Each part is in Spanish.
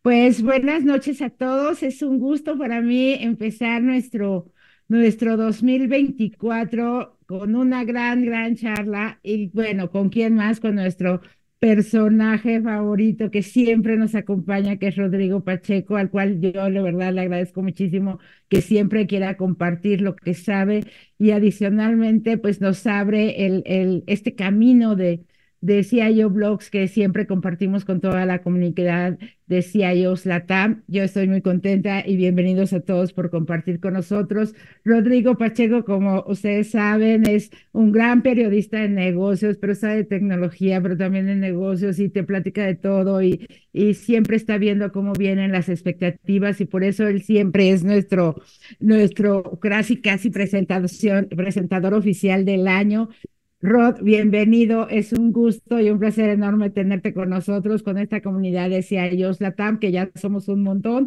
Pues buenas noches a todos. Es un gusto para mí empezar nuestro 2024 con una gran charla. Y bueno, ¿con quién más? Con nuestro personaje favorito que siempre nos acompaña, que es Rodrigo Pacheco, al cual yo la verdad le agradezco muchísimo que siempre quiera compartir lo que sabe y adicionalmente pues nos abre este camino de CIO Blogs que siempre compartimos con toda la comunidad de CIOs Latam. Yo estoy muy contenta y bienvenidos a todos por compartir con nosotros. Rodrigo Pacheco, como ustedes saben, es un gran periodista de negocios, pero sabe de tecnología, pero también de negocios y te platica de todo y siempre está viendo cómo vienen las expectativas y por eso él siempre es nuestro casi presentador oficial del año. Rod, bienvenido. Es un gusto y un placer enorme tenerte con nosotros, con esta comunidad de CIOs Latam, que ya somos un montón,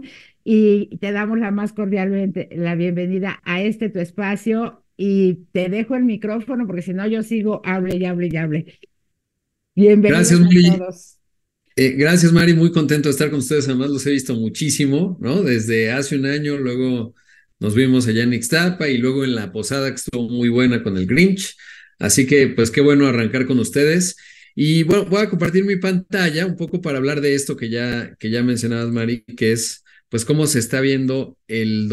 y te damos la más cordialmente la bienvenida a este tu espacio. Y te dejo el micrófono porque si no yo sigo, hable y hable y hable. Gracias, Bienvenidos a Mari. todos. Gracias, Mari. Muy contento de estar con ustedes. Además, los he visto muchísimo, ¿no? Desde hace un año, luego nos vimos allá en Ixtapa y luego en la posada que estuvo muy buena con el Grinch. Así que, pues, qué bueno arrancar con ustedes. Y bueno, voy a compartir mi pantalla un poco para hablar de esto que ya mencionabas, Mari, que es, pues, cómo se está viendo el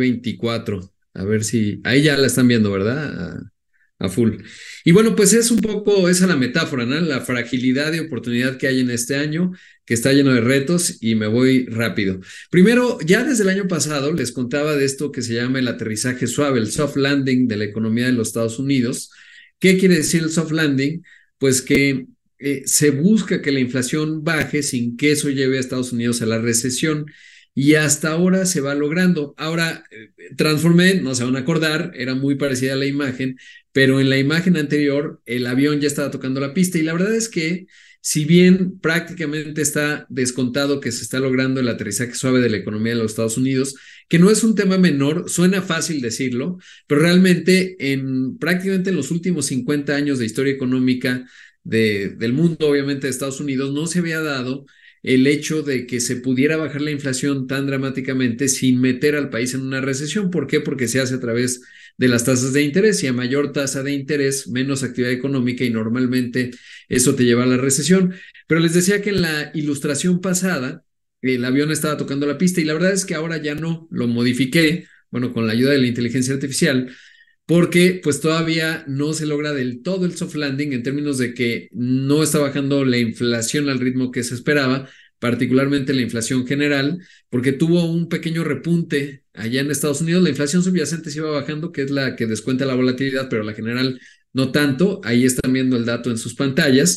2024. A ver si, ahí ya la están viendo, ¿verdad? A full. Y bueno, pues es un poco esa la metáfora, ¿no? La fragilidad y oportunidad que hay en este año, que está lleno de retos y me voy rápido. Primero, ya desde el año pasado les contaba de esto que se llama el aterrizaje suave, el soft landing de la economía de los Estados Unidos. ¿Qué quiere decir el soft landing? Pues que se busca que la inflación baje sin que eso lleve a Estados Unidos a la recesión. Y hasta ahora se va logrando. Ahora, transformé, no se van a acordar, era muy parecida a la imagen, pero en la imagen anterior el avión ya estaba tocando la pista y la verdad es que si bien prácticamente está descontado que se está logrando el aterrizaje suave de la economía de los Estados Unidos, que no es un tema menor, suena fácil decirlo, pero realmente en prácticamente en los últimos 50 años de historia económica del mundo, obviamente de Estados Unidos, no se había dado el hecho de que se pudiera bajar la inflación tan dramáticamente sin meter al país en una recesión. ¿Por qué? Porque se hace a través de las tasas de interés y a mayor tasa de interés, menos actividad económica y normalmente eso te lleva a la recesión. Pero les decía que en la ilustración pasada el avión estaba tocando la pista y la verdad es que ahora ya no, lo modifiqué, bueno, con la ayuda de la inteligencia artificial, porque pues todavía no se logra del todo el soft landing en términos de que no está bajando la inflación al ritmo que se esperaba, particularmente la inflación general, porque tuvo un pequeño repunte allá en Estados Unidos. La inflación subyacente se iba bajando, que es la que descuenta la volatilidad, pero la general no tanto. Ahí están viendo el dato en sus pantallas.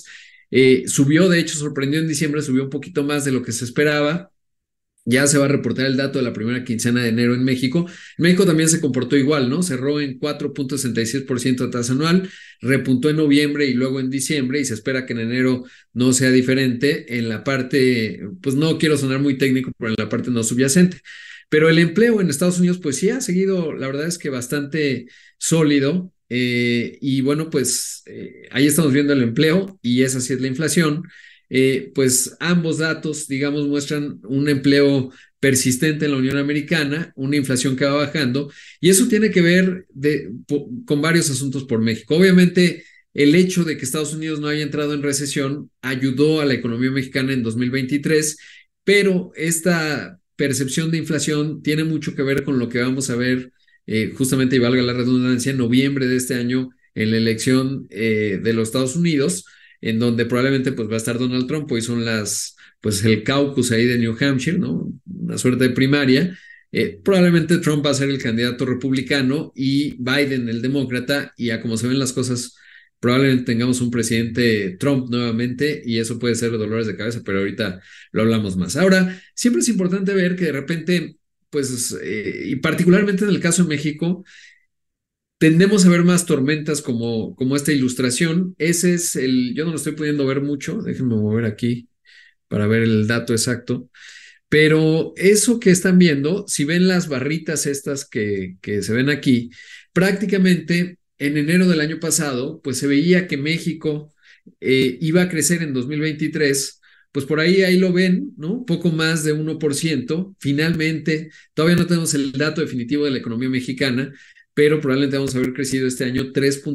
Subió, de hecho, sorprendió en diciembre, subió un poquito más de lo que se esperaba. Ya se va a reportar el dato de la primera quincena de enero en México. México también se comportó igual, ¿no? Cerró en 4.66% de tasa anual, repuntó en noviembre y luego en diciembre y se espera que en enero no sea diferente en la parte, pues no quiero sonar muy técnico, pero en la parte no subyacente. Pero el empleo en Estados Unidos, pues sí ha seguido, la verdad es que bastante sólido. Y bueno, pues ahí estamos viendo el empleo y esa sí es la inflación. Pues ambos datos, digamos, muestran un empleo persistente en la Unión Americana, una inflación que va bajando, y eso tiene que ver con varios asuntos por México. Obviamente, el hecho de que Estados Unidos no haya entrado en recesión ayudó a la economía mexicana en 2023, pero esta percepción de inflación tiene mucho que ver con lo que vamos a ver justamente, y valga la redundancia, en noviembre de este año en la elección de los Estados Unidos en donde probablemente pues va a estar Donald Trump, hoy son pues el caucus ahí de New Hampshire, ¿no? Una suerte de primaria. Probablemente Trump va a ser el candidato republicano y Biden el demócrata, y a como se ven las cosas, probablemente tengamos un presidente Trump nuevamente, y eso puede ser dolores de cabeza, pero ahorita lo hablamos más. Ahora, siempre es importante ver que de repente, pues, y particularmente en el caso de México, tendemos a ver más tormentas como esta ilustración. Ese es yo no lo estoy pudiendo ver mucho, déjenme mover aquí para ver el dato exacto, pero eso que están viendo, si ven las barritas estas que se ven aquí, prácticamente en enero del año pasado, pues se veía que México iba a crecer en 2023, pues por ahí lo ven, ¿no? Poco más de 1%. Finalmente, todavía no tenemos el dato definitivo de la economía mexicana, pero probablemente vamos a haber crecido este año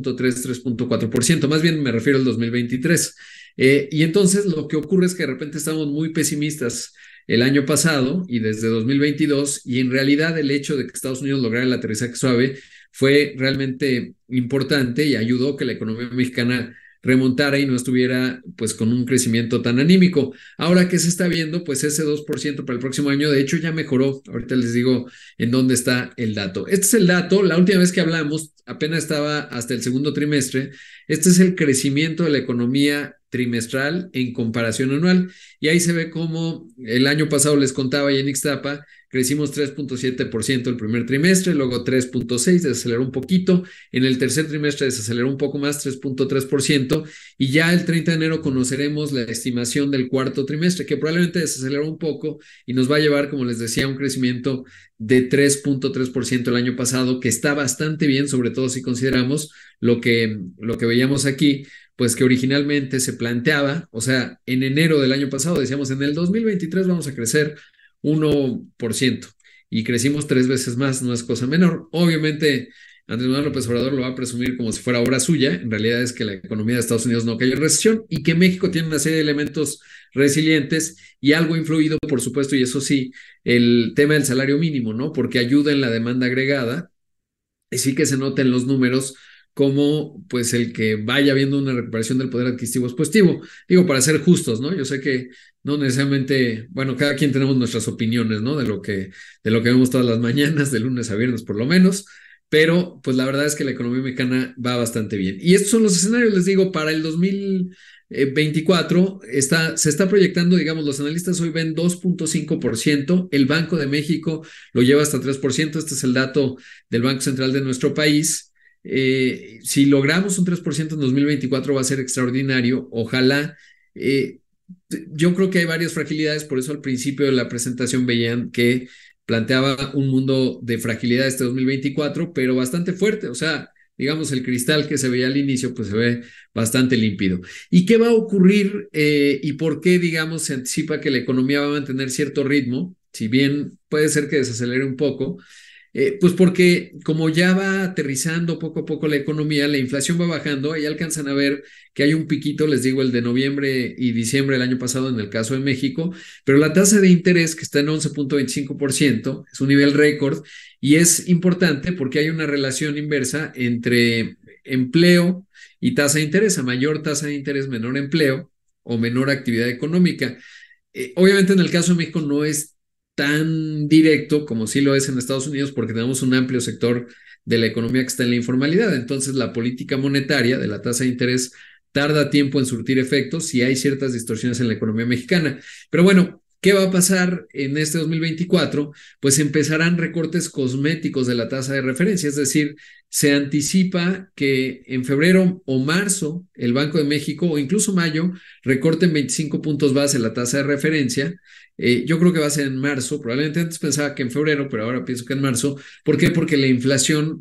3.4%. Más bien me refiero al 2023. Y entonces lo que ocurre es que de repente estamos muy pesimistas el año pasado y desde 2022, y en realidad el hecho de que Estados Unidos lograra el aterrizaje suave fue realmente importante y ayudó que la economía mexicana remontara y no estuviera pues con un crecimiento tan anímico. Ahora que se está viendo, pues ese 2% para el próximo año, de hecho ya mejoró. Ahorita les digo en dónde está el dato. Este es el dato, la última vez que hablamos apenas estaba hasta el segundo trimestre. Este es el crecimiento de la economía trimestral en comparación anual. Y ahí se ve cómo el año pasado les contaba y en Ixtapa crecimos 3.7% el primer trimestre, luego 3.6%, desaceleró un poquito. En el tercer trimestre desaceleró un poco más, 3.3%, y ya el 30 de enero conoceremos la estimación del cuarto trimestre, que probablemente desaceleró un poco y nos va a llevar, como les decía, a un crecimiento de 3.3% el año pasado, que está bastante bien, sobre todo si consideramos lo que veíamos aquí, pues que originalmente se planteaba, o sea, en enero del año pasado decíamos, en el 2023 vamos a crecer 1% y crecimos 3 veces más, no es cosa menor. Obviamente, Andrés Manuel López Obrador lo va a presumir como si fuera obra suya. En realidad es que la economía de Estados Unidos no cayó en recesión y que México tiene una serie de elementos resilientes y algo influido, por supuesto, y eso sí, el tema del salario mínimo, ¿no? Porque ayuda en la demanda agregada y sí que se nota en los números como pues el que vaya viendo una recuperación del poder adquisitivo es positivo. Digo, para ser justos, ¿no? Yo sé que no necesariamente, bueno, cada quien tenemos nuestras opiniones, ¿no? De lo que vemos todas las mañanas, de lunes a viernes por lo menos, pero pues la verdad es que la economía mexicana va bastante bien. Y estos son los escenarios, les digo, para el 2024 se está proyectando, digamos, los analistas hoy ven 2.5%, el Banco de México lo lleva hasta 3%, este es el dato del Banco Central de nuestro país. Si logramos un 3% en 2024 va a ser extraordinario, ojalá. Yo creo que hay varias fragilidades, por eso al principio de la presentación veían que planteaba un mundo de fragilidad este 2024, pero bastante fuerte, o sea, digamos, el cristal que se veía al inicio, pues se ve bastante límpido. ¿Y qué va a ocurrir y por qué, digamos, se anticipa que la economía va a mantener cierto ritmo, si bien puede ser que desacelere un poco? Pues porque como ya va aterrizando poco a poco la economía, la inflación va bajando, ahí alcanzan a ver que hay un piquito, les digo, el de noviembre y diciembre del año pasado en el caso de México, pero la tasa de interés que está en 11.25% es un nivel récord y es importante porque hay una relación inversa entre empleo y tasa de interés, a mayor tasa de interés, menor empleo o menor actividad económica. Obviamente en el caso de México no es tan directo como sí lo es en Estados Unidos porque tenemos un amplio sector de la economía que está en la informalidad. Entonces la política monetaria de la tasa de interés tarda tiempo en surtir efectos y hay ciertas distorsiones en la economía mexicana. Pero bueno, ¿qué va a pasar en este 2024? Pues empezarán recortes cosméticos de la tasa de referencia, es decir, se anticipa que en febrero o marzo el Banco de México o incluso mayo recorten 25 puntos base la tasa de referencia. Yo creo que va a ser en marzo, probablemente antes pensaba que en febrero, pero ahora pienso que en marzo. ¿Por qué? Porque la inflación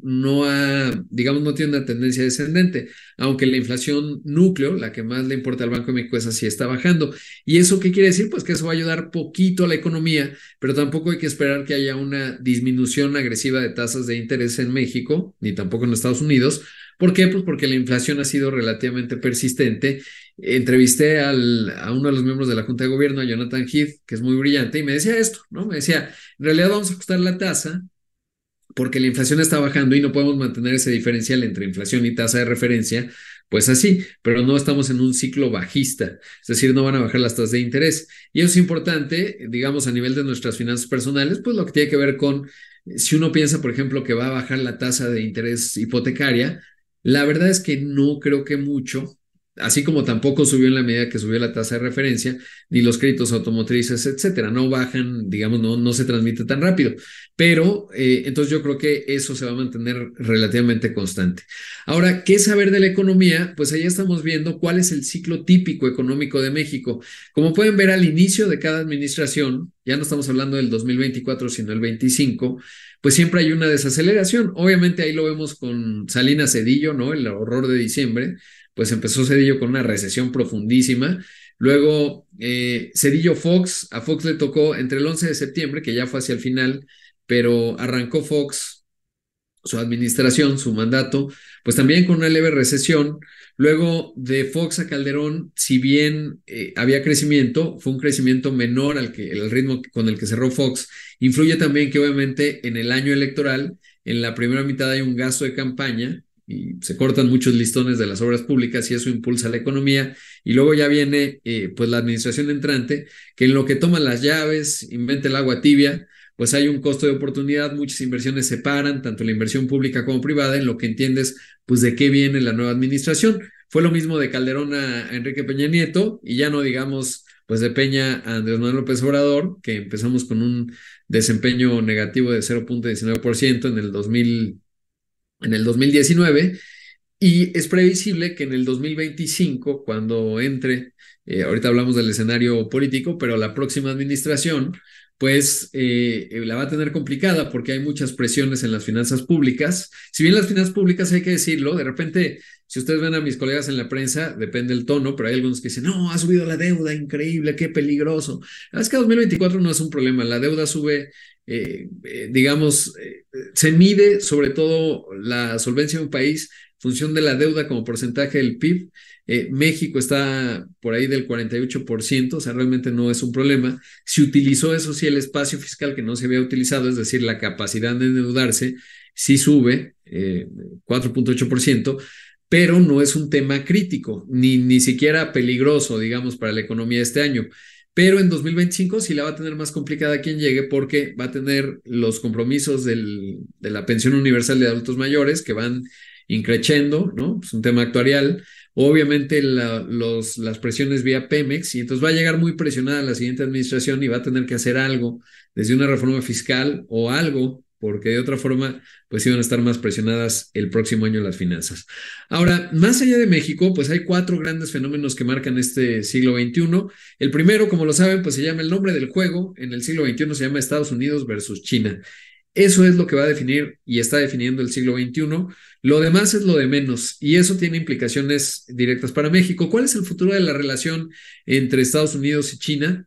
digamos, no tiene una tendencia descendente, aunque la inflación núcleo, la que más le importa al Banco de México, esa sí está bajando. ¿Y eso qué quiere decir? Pues que eso va a ayudar poquito a la economía, pero tampoco hay que esperar que haya una disminución agresiva de tasas de interés en México, ni tampoco en Estados Unidos. ¿Por qué? Pues porque la inflación ha sido relativamente persistente. Entrevisté a uno de los miembros de la Junta de Gobierno, a Jonathan Heath, que es muy brillante, y me decía esto, ¿no? Me decía, en realidad vamos a ajustar la tasa porque la inflación está bajando y no podemos mantener ese diferencial entre inflación y tasa de referencia, pues así, pero no estamos en un ciclo bajista, es decir, no van a bajar las tasas de interés. Y eso es importante, digamos, a nivel de nuestras finanzas personales, pues lo que tiene que ver con, si uno piensa, por ejemplo, que va a bajar la tasa de interés hipotecaria, la verdad es que no creo que mucho, así como tampoco subió en la medida que subió la tasa de referencia, ni los créditos automotrices, etcétera, no bajan, digamos, no se transmite tan rápido. Pero entonces yo creo que eso se va a mantener relativamente constante. Ahora, ¿qué saber de la economía? Pues ahí estamos viendo cuál es el ciclo típico económico de México. Como pueden ver al inicio de cada administración, ya no estamos hablando del 2024, sino el 25, pues siempre hay una desaceleración. Obviamente ahí lo vemos con Salinas Cedillo, ¿no? El horror de diciembre, pues empezó Cedillo con una recesión profundísima. Luego, Cedillo Fox, a Fox le tocó entre el 11 de septiembre, que ya fue hacia el final, pero arrancó Fox su administración, su mandato, pues también con una leve recesión. Luego de Fox a Calderón, si bien había crecimiento, fue un crecimiento menor al que el ritmo con el que cerró Fox. Influye también que obviamente en el año electoral, en la primera mitad hay un gasto de campaña y se cortan muchos listones de las obras públicas y eso impulsa la economía. Y luego ya viene pues la administración entrante, que en lo que toma las llaves, inventa el agua tibia, pues hay un costo de oportunidad, muchas inversiones se paran, tanto la inversión pública como privada, en lo que entiendes, pues de qué viene la nueva administración. Fue lo mismo de Calderón a Enrique Peña Nieto, y ya no digamos, pues de Peña a Andrés Manuel López Obrador, que empezamos con un desempeño negativo de 0.19% en el 2019, y es previsible que en el 2025, cuando entre, ahorita hablamos del escenario político, pero la próxima administración, pues la va a tener complicada porque hay muchas presiones en las finanzas públicas. Si bien las finanzas públicas hay que decirlo, de repente, si ustedes ven a mis colegas en la prensa, depende del tono, pero hay algunos que dicen, no, ha subido la deuda, increíble, qué peligroso. La verdad es que 2024 no es un problema, la deuda sube, digamos, se mide sobre todo la solvencia de un país función de la deuda como porcentaje del PIB. México está por ahí del 48%, o sea, realmente no es un problema. Se utilizó eso sí el espacio fiscal que no se había utilizado, es decir, la capacidad de endeudarse, sí sube 4.8%, pero no es un tema crítico, ni siquiera peligroso, digamos, para la economía de este año. Pero en 2025 sí la va a tener más complicada quien llegue porque va a tener los compromisos de la pensión universal de adultos mayores que van increciendo, ¿no? Es un tema actuarial. Obviamente las presiones vía Pemex y entonces va a llegar muy presionada la siguiente administración y va a tener que hacer algo desde una reforma fiscal o algo, porque de otra forma pues iban a estar más presionadas el próximo año las finanzas. Ahora, más allá de México, pues hay cuatro grandes fenómenos que marcan este siglo XXI. El primero, como lo saben, pues se llama el nombre del juego. En el siglo XXI se llama Estados Unidos versus China. Eso es lo que va a definir y está definiendo el siglo XXI. Lo demás es lo de menos y eso tiene implicaciones directas para México. ¿Cuál es el futuro de la relación entre Estados Unidos y China?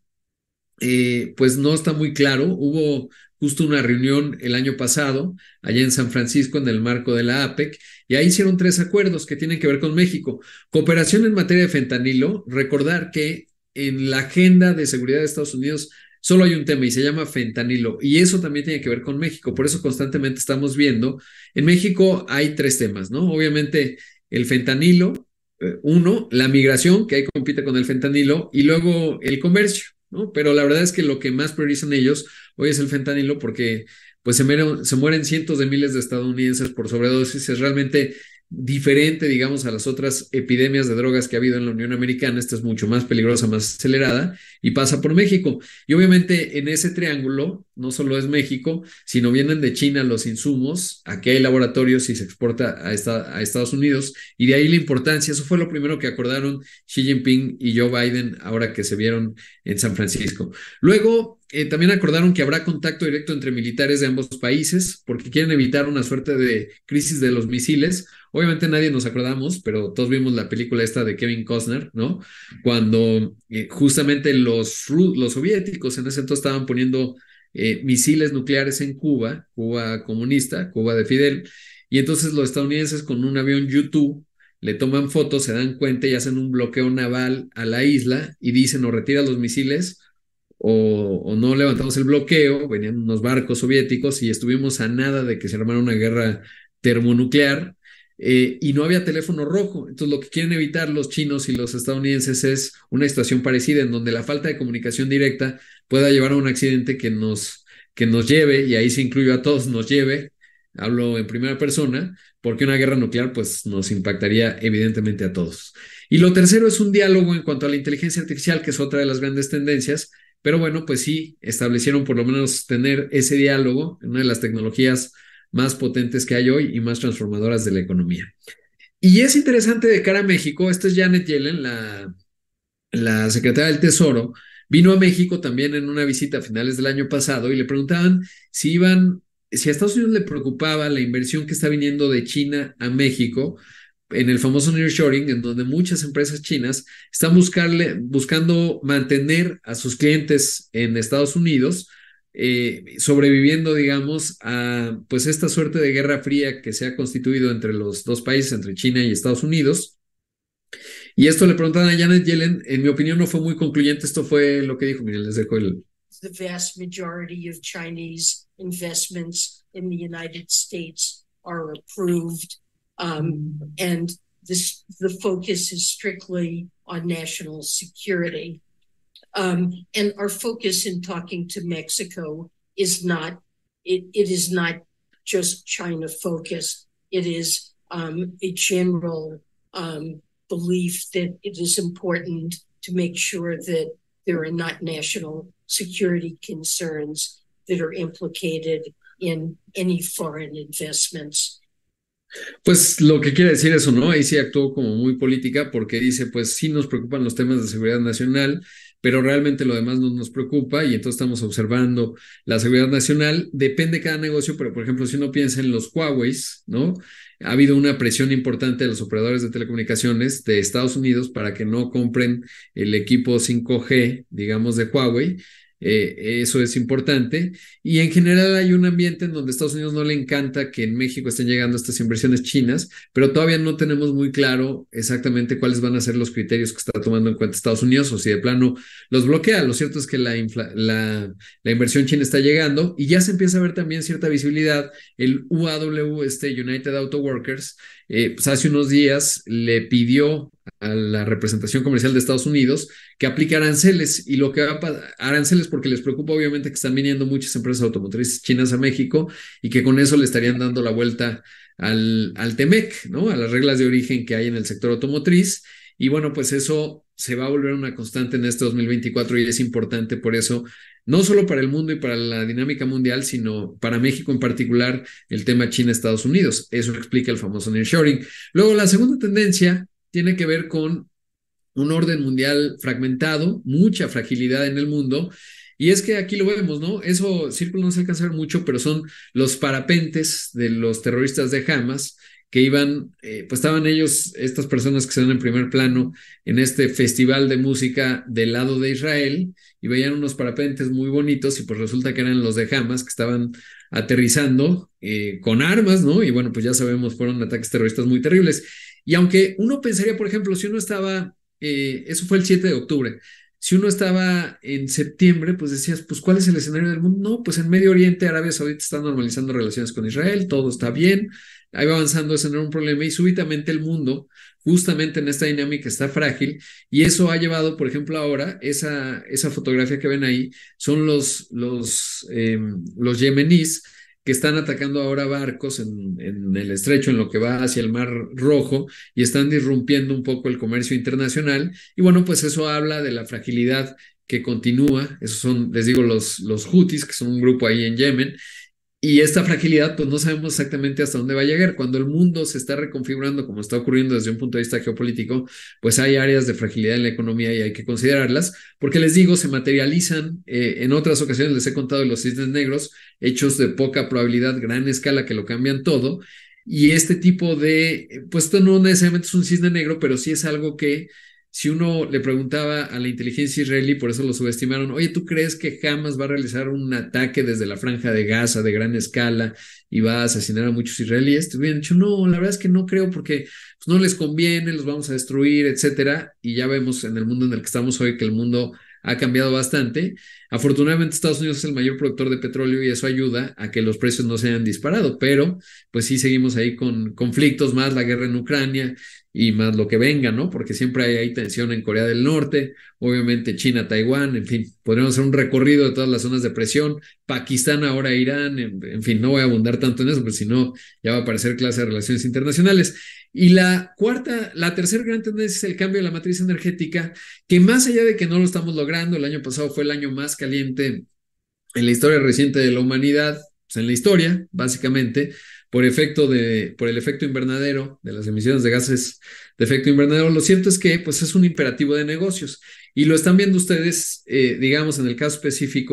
Pues no está muy claro. Hubo justo una reunión el año pasado allá en San Francisco en el marco de la APEC y ahí hicieron tres acuerdos que tienen que ver con México. Cooperación en materia de fentanilo. Recordar que en la agenda de seguridad de Estados Unidos solo hay un tema y se llama fentanilo y eso también tiene que ver con México. Por eso constantemente estamos viendo, en México hay tres temas, ¿no? Obviamente el fentanilo, uno, la migración, que ahí compite con el fentanilo, y luego el comercio, ¿no? Pero la verdad es que lo que más priorizan ellos hoy es el fentanilo porque pues se mueren cientos de miles de estadounidenses por sobredosis. Es realmente diferente, digamos, a las otras epidemias de drogas que ha habido en la Unión Americana. Esta es mucho más peligrosa, más acelerada y pasa por México. Y obviamente en ese triángulo no solo es México, sino vienen de China los insumos, aquí hay laboratorios y se exporta a Estados Unidos y de ahí la importancia. Eso fue lo primero que acordaron Xi Jinping y Joe Biden ahora que se vieron en San Francisco. Luego, también acordaron que habrá contacto directo entre militares de ambos países porque quieren evitar una suerte de crisis de los misiles. Obviamente nadie nos acordamos, pero todos vimos la película esta de Kevin Costner, ¿no? Cuando justamente los soviéticos en ese entonces estaban poniendo misiles nucleares en Cuba, Cuba comunista, Cuba de Fidel, y entonces los estadounidenses con un avión U-2 le toman fotos, se dan cuenta y hacen un bloqueo naval a la isla y dicen o retira los misiles o no levantamos el bloqueo. Venían unos barcos soviéticos y estuvimos a nada de que se armara una guerra termonuclear. Y no había teléfono rojo. Entonces lo que quieren evitar los chinos y los estadounidenses es una situación parecida en donde la falta de comunicación directa pueda llevar a un accidente que nos lleve, y ahí se incluye a todos, nos lleve, hablo en primera persona, porque una guerra nuclear pues nos impactaría evidentemente a todos. Y lo tercero es un diálogo en cuanto a la inteligencia artificial, que es otra de las grandes tendencias, pero bueno, pues sí, establecieron por lo menos tener ese diálogo, una de las tecnologías más potentes que hay hoy y más transformadoras de la economía. Y es interesante de cara a México, esta es Janet Yellen, la secretaria del Tesoro, vino a México también en una visita a finales del año pasado y le preguntaban si a Estados Unidos le preocupaba la inversión que está viniendo de China a México, en el famoso nearshoring, en donde muchas empresas chinas están buscando mantener a sus clientes en Estados Unidos, sobreviviendo, digamos, a pues esta suerte de guerra fría que se ha constituido entre los dos países, entre China y Estados Unidos. Y esto le preguntaban a Janet Yellen, en mi opinión no fue muy concluyente, esto fue lo que dijo, miren, les dejo el... The vast majority of Chinese investments in the United States are approved, and the focus is strictly on national security. And our focus in talking to Mexico is not, it is not just China focused. It is a general belief that it is important to make sure that there are not national security concerns that are implicated in any foreign investments. Pues lo que quiere decir eso, ¿no? Ahí sí actuó como muy política porque dice, pues sí nos preocupan los temas de seguridad nacional, pero realmente lo demás no nos preocupa y entonces estamos observando la seguridad nacional. Depende cada negocio, pero por ejemplo, si uno piensa en los Huawei, ¿no? Ha habido una presión importante de los operadores de telecomunicaciones de Estados Unidos para que no compren el equipo 5G, digamos, de Huawei. Eso es importante. Y en general hay un ambiente en donde a Estados Unidos no le encanta que en México estén llegando estas inversiones chinas, pero todavía no tenemos muy claro exactamente cuáles van a ser los criterios que está tomando en cuenta Estados Unidos o si de plano los bloquea. Lo cierto es que la inversión china está llegando y ya se empieza a ver también cierta visibilidad. El UAW, United Auto Workers, pues hace unos días le pidió a la representación comercial de Estados Unidos que aplique aranceles y lo que va a aranceles porque les preocupa obviamente que están viniendo muchas empresas automotrices chinas a México y que con eso le estarían dando la vuelta al TEMEC, ¿no? A las reglas de origen que hay en el sector automotriz y bueno, pues eso se va a volver una constante en este 2024 y es importante por eso, no solo para el mundo y para la dinámica mundial, sino para México en particular, el tema China-Estados Unidos. Eso explica el famoso nearshoring. Luego, la segunda tendencia tiene que ver con un orden mundial fragmentado, mucha fragilidad en el mundo, y es que aquí lo vemos, ¿no? Eso, Círculo no se alcanza a ver mucho, pero son los parapentes de los terroristas de Hamas que iban, pues estaban ellos, estas personas que se ven en primer plano en este festival de música del lado de Israel, y veían unos parapentes muy bonitos, y pues resulta que eran los de Hamas que estaban aterrizando con armas, ¿no? Y bueno, pues ya sabemos, fueron ataques terroristas muy terribles. Y aunque uno pensaría, por ejemplo, si uno estaba, eso fue el 7 de octubre, si uno estaba en septiembre, pues decías, pues ¿cuál es el escenario del mundo? No, pues en Medio Oriente, Arabia Saudita está normalizando relaciones con Israel, todo está bien, ahí va avanzando, ese no era un problema, y súbitamente el mundo, justamente en esta dinámica, está frágil, y eso ha llevado, por ejemplo, ahora, esa fotografía que ven ahí, son los yemeníes, que están atacando ahora barcos en el estrecho, en lo que va hacia el Mar Rojo, y están disrumpiendo un poco el comercio internacional. Y bueno, pues eso habla de la fragilidad que continúa. Esos son, les digo, los Houthis, que son un grupo ahí en Yemen. Y esta fragilidad, pues no sabemos exactamente hasta dónde va a llegar. Cuando el mundo se está reconfigurando, como está ocurriendo desde un punto de vista geopolítico, pues hay áreas de fragilidad en la economía y hay que considerarlas, porque les digo, se materializan, en otras ocasiones les he contado de los cisnes negros, hechos de poca probabilidad, gran escala, que lo cambian todo, y este tipo de, pues esto no necesariamente es un cisne negro, pero sí es algo que, si uno le preguntaba a la inteligencia israelí, por eso lo subestimaron, oye, ¿tú crees que Hamas va a realizar un ataque desde la franja de Gaza de gran escala y va a asesinar a muchos israelíes? Te hubieran dicho, no, la verdad es que no creo porque pues, no les conviene, los vamos a destruir, etcétera. Y ya vemos en el mundo en el que estamos hoy que el mundo ha cambiado bastante. Afortunadamente Estados Unidos es el mayor productor de petróleo y eso ayuda a que los precios no se hayan disparado, pero pues sí seguimos ahí con conflictos, más la guerra en Ucrania y más lo que venga, ¿no? Porque siempre hay tensión en Corea del Norte, obviamente China, Taiwán, en fin, podríamos hacer un recorrido de todas las zonas de presión, Pakistán, ahora Irán, en fin, no voy a abundar tanto en eso, porque si no ya va a aparecer clase de relaciones internacionales. Y la tercera gran tendencia es el cambio de la matriz energética, que más allá de que no lo estamos logrando, el año pasado fue el año más caliente en la historia reciente de la humanidad, pues en la historia, básicamente, por el efecto invernadero, de las emisiones de gases de efecto invernadero. Lo cierto es que pues, es un imperativo de negocios y lo están viendo ustedes, digamos, en el caso específico,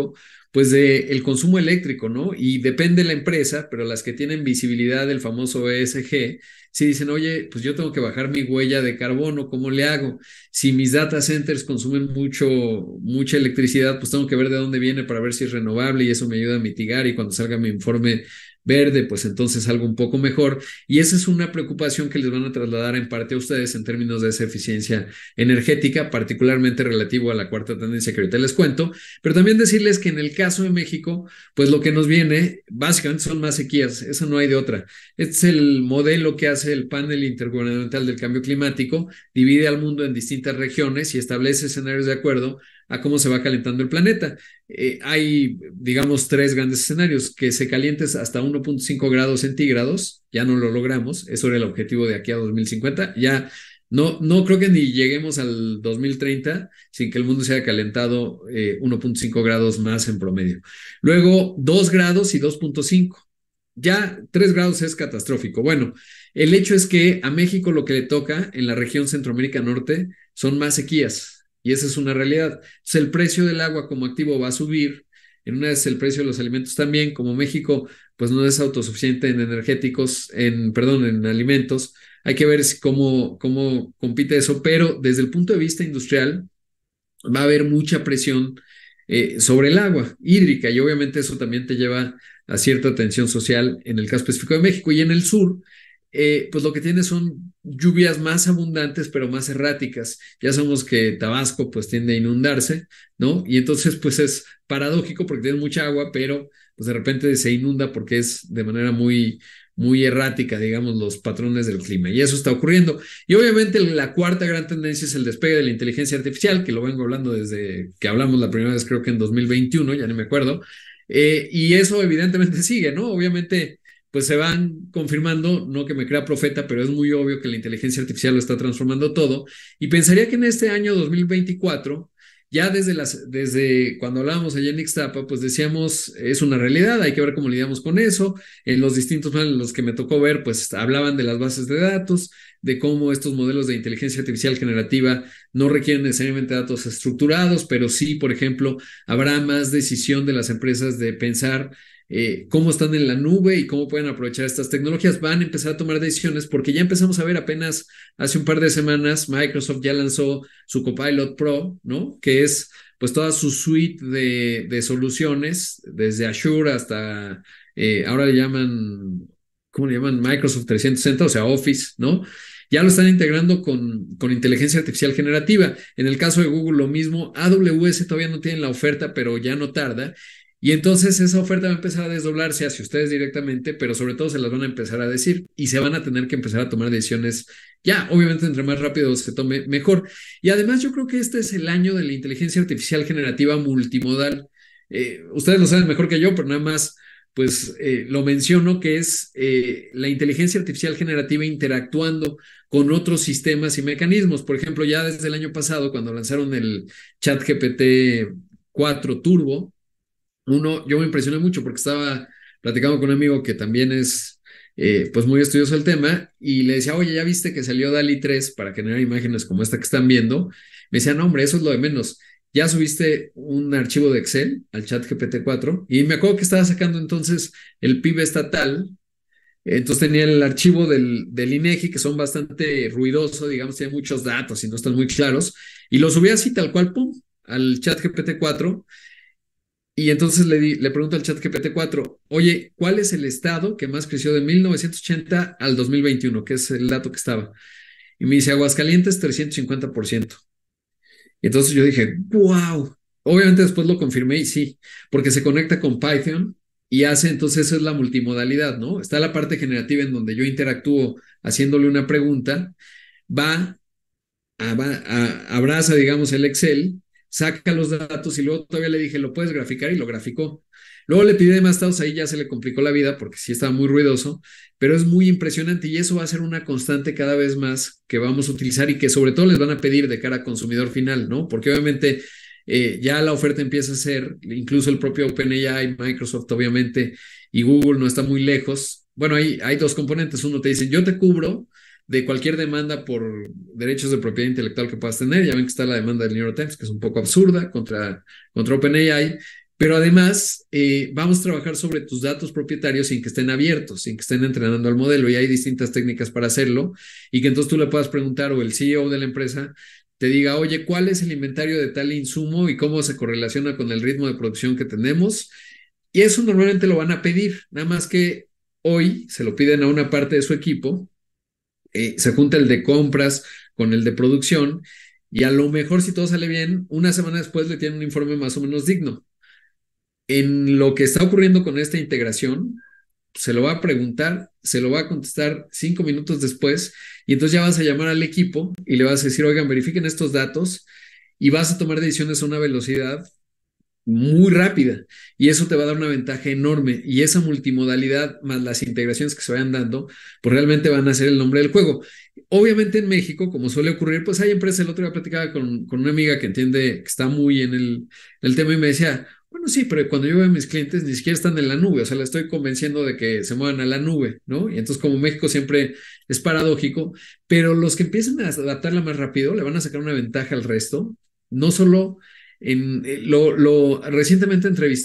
pues de el consumo eléctrico, ¿no? Y depende de la empresa, pero las que tienen visibilidad del famoso ESG, si dicen, oye, pues yo tengo que bajar mi huella de carbono, ¿cómo le hago? Si mis data centers consumen mucha electricidad, pues tengo que ver de dónde viene para ver si es renovable y eso me ayuda a mitigar y cuando salga mi informe verde, pues entonces algo un poco mejor. Y esa es una preocupación que les van a trasladar en parte a ustedes en términos de esa eficiencia energética, particularmente relativo a la cuarta tendencia que ahorita les cuento, pero también decirles que en el caso de México, pues lo que nos viene básicamente son más sequías, eso no hay de otra. Este es el modelo que hace el panel intergubernamental del cambio climático, divide al mundo en distintas regiones y establece escenarios de acuerdo a cómo se va calentando el planeta. Hay, digamos, tres grandes escenarios, que se caliente hasta 1.5 grados centígrados, ya no lo logramos, eso era el objetivo de aquí a 2050, ya no creo que ni lleguemos al 2030 sin que el mundo se haya calentado 1.5 grados más en promedio. Luego 2 grados y 2.5. Ya 3 grados es catastrófico. Bueno, el hecho es que a México lo que le toca en la región Centroamérica Norte son más sequías. Y esa es una realidad. Entonces, el precio del agua como activo va a subir. En una vez el precio de los alimentos también. Como México, pues no es autosuficiente en en alimentos. Hay que ver cómo compite eso. Pero desde el punto de vista industrial, va a haber mucha presión sobre el agua hídrica. Y obviamente eso también te lleva a cierta tensión social en el caso específico de México. Y en el sur, pues lo que tiene son lluvias más abundantes, pero más erráticas. Ya sabemos que Tabasco pues tiende a inundarse, ¿no? Y entonces pues es paradójico porque tiene mucha agua, pero pues de repente se inunda porque es de manera muy errática, digamos, los patrones del clima. Y eso está ocurriendo. Y obviamente la cuarta gran tendencia es el despegue de la inteligencia artificial, que lo vengo hablando desde que hablamos la primera vez, creo que en 2021, ya ni me acuerdo. Y eso evidentemente sigue, ¿no? Obviamente pues se van confirmando, no que me crea profeta, pero es muy obvio que la inteligencia artificial lo está transformando todo. Y pensaría que en este año 2024, ya desde cuando hablábamos allá en Ixtapa, pues decíamos, es una realidad, hay que ver cómo lidiamos con eso. En los distintos planes en los que me tocó ver, pues hablaban de las bases de datos, de cómo estos modelos de inteligencia artificial generativa no requieren necesariamente datos estructurados, pero sí, por ejemplo, habrá más decisión de las empresas de pensar cómo están en la nube y cómo pueden aprovechar estas tecnologías. Van a empezar a tomar decisiones porque ya empezamos a ver apenas hace un par de semanas, Microsoft ya lanzó su Copilot Pro, ¿no? Que es pues toda su suite de soluciones, desde Azure hasta, ahora le llaman, ¿cómo le llaman? Microsoft 360, o sea, Office, ¿no? Ya lo están integrando con inteligencia artificial generativa. En el caso de Google, lo mismo. AWS todavía no tiene la oferta, pero ya no tarda. Y entonces esa oferta va a empezar a desdoblarse hacia ustedes directamente, pero sobre todo se las van a empezar a decir y se van a tener que empezar a tomar decisiones ya, obviamente entre más rápido se tome mejor. Y además yo creo que este es el año de la inteligencia artificial generativa multimodal. Ustedes lo saben mejor que yo, pero nada más pues lo menciono, que es la inteligencia artificial generativa interactuando con otros sistemas y mecanismos. Por ejemplo, ya desde el año pasado, cuando lanzaron el ChatGPT 4 Turbo, yo me impresioné mucho porque estaba platicando con un amigo que también es pues muy estudioso del tema y le decía, oye, ¿ya viste que salió DALL-E 3 para generar imágenes como esta que están viendo? Me decía, no, hombre, eso es lo de menos. Ya subiste un archivo de Excel al ChatGPT 4 y me acuerdo que estaba sacando entonces el PIB estatal. Entonces tenía el archivo del INEGI, que son bastante ruidosos, digamos, tiene muchos datos y no están muy claros, y lo subí así tal cual, pum, al ChatGPT 4. Y entonces le pregunto al ChatGPT 4, oye, ¿cuál es el estado que más creció de 1980 al 2021? Que es el dato que estaba. Y me dice, Aguascalientes, 350%. Y entonces yo dije, wow. Obviamente después lo confirmé y sí, porque se conecta con Python y hace, entonces eso es la multimodalidad, ¿no? Está la parte generativa en donde yo interactúo haciéndole una pregunta, va abraza, digamos, el Excel, saca los datos y luego todavía le dije, lo puedes graficar y lo graficó. Luego le pide más datos, ahí ya se le complicó la vida porque sí estaba muy ruidoso, pero es muy impresionante y eso va a ser una constante cada vez más que vamos a utilizar y que sobre todo les van a pedir de cara a consumidor final, ¿no? Porque obviamente ya la oferta empieza a ser, incluso el propio OpenAI, Microsoft obviamente, y Google no está muy lejos. Bueno, hay dos componentes. Uno te dice, yo te cubro de cualquier demanda por derechos de propiedad intelectual que puedas tener. Ya ven que está la demanda del New York Times, que es un poco absurda contra OpenAI, Pero además, vamos a trabajar sobre tus datos propietarios sin que estén abiertos, sin que estén entrenando al modelo, y hay distintas técnicas para hacerlo, y que entonces tú le puedas preguntar, o el CEO de la empresa te diga, oye, ¿cuál es el inventario de tal insumo y cómo se correlaciona con el ritmo de producción que tenemos? Y eso normalmente lo van a pedir, nada más que hoy se lo piden a una parte de su equipo, se junta el de compras con el de producción, y a lo mejor si todo sale bien, una semana después le tienen un informe más o menos digno. En lo que está ocurriendo con esta integración, se lo va a preguntar, se lo va a contestar 5 minutos después, y entonces ya vas a llamar al equipo y le vas a decir, oigan, verifiquen estos datos, y vas a tomar decisiones a una velocidad muy rápida, y eso te va a dar una ventaja enorme, y esa multimodalidad más las integraciones que se vayan dando, pues realmente van a ser el nombre del juego. Obviamente en México, como suele ocurrir, pues hay empresas. El otro día platicaba con una amiga que entiende, que está muy en el tema, y me decía, bueno, sí, pero cuando yo veo a mis clientes ni siquiera están en la nube, o sea, la estoy convenciendo de que se muevan a la nube, ¿no? Y entonces como México siempre es paradójico, pero los que empiecen a adaptarla más rápido le van a sacar una ventaja al resto, no solo recientemente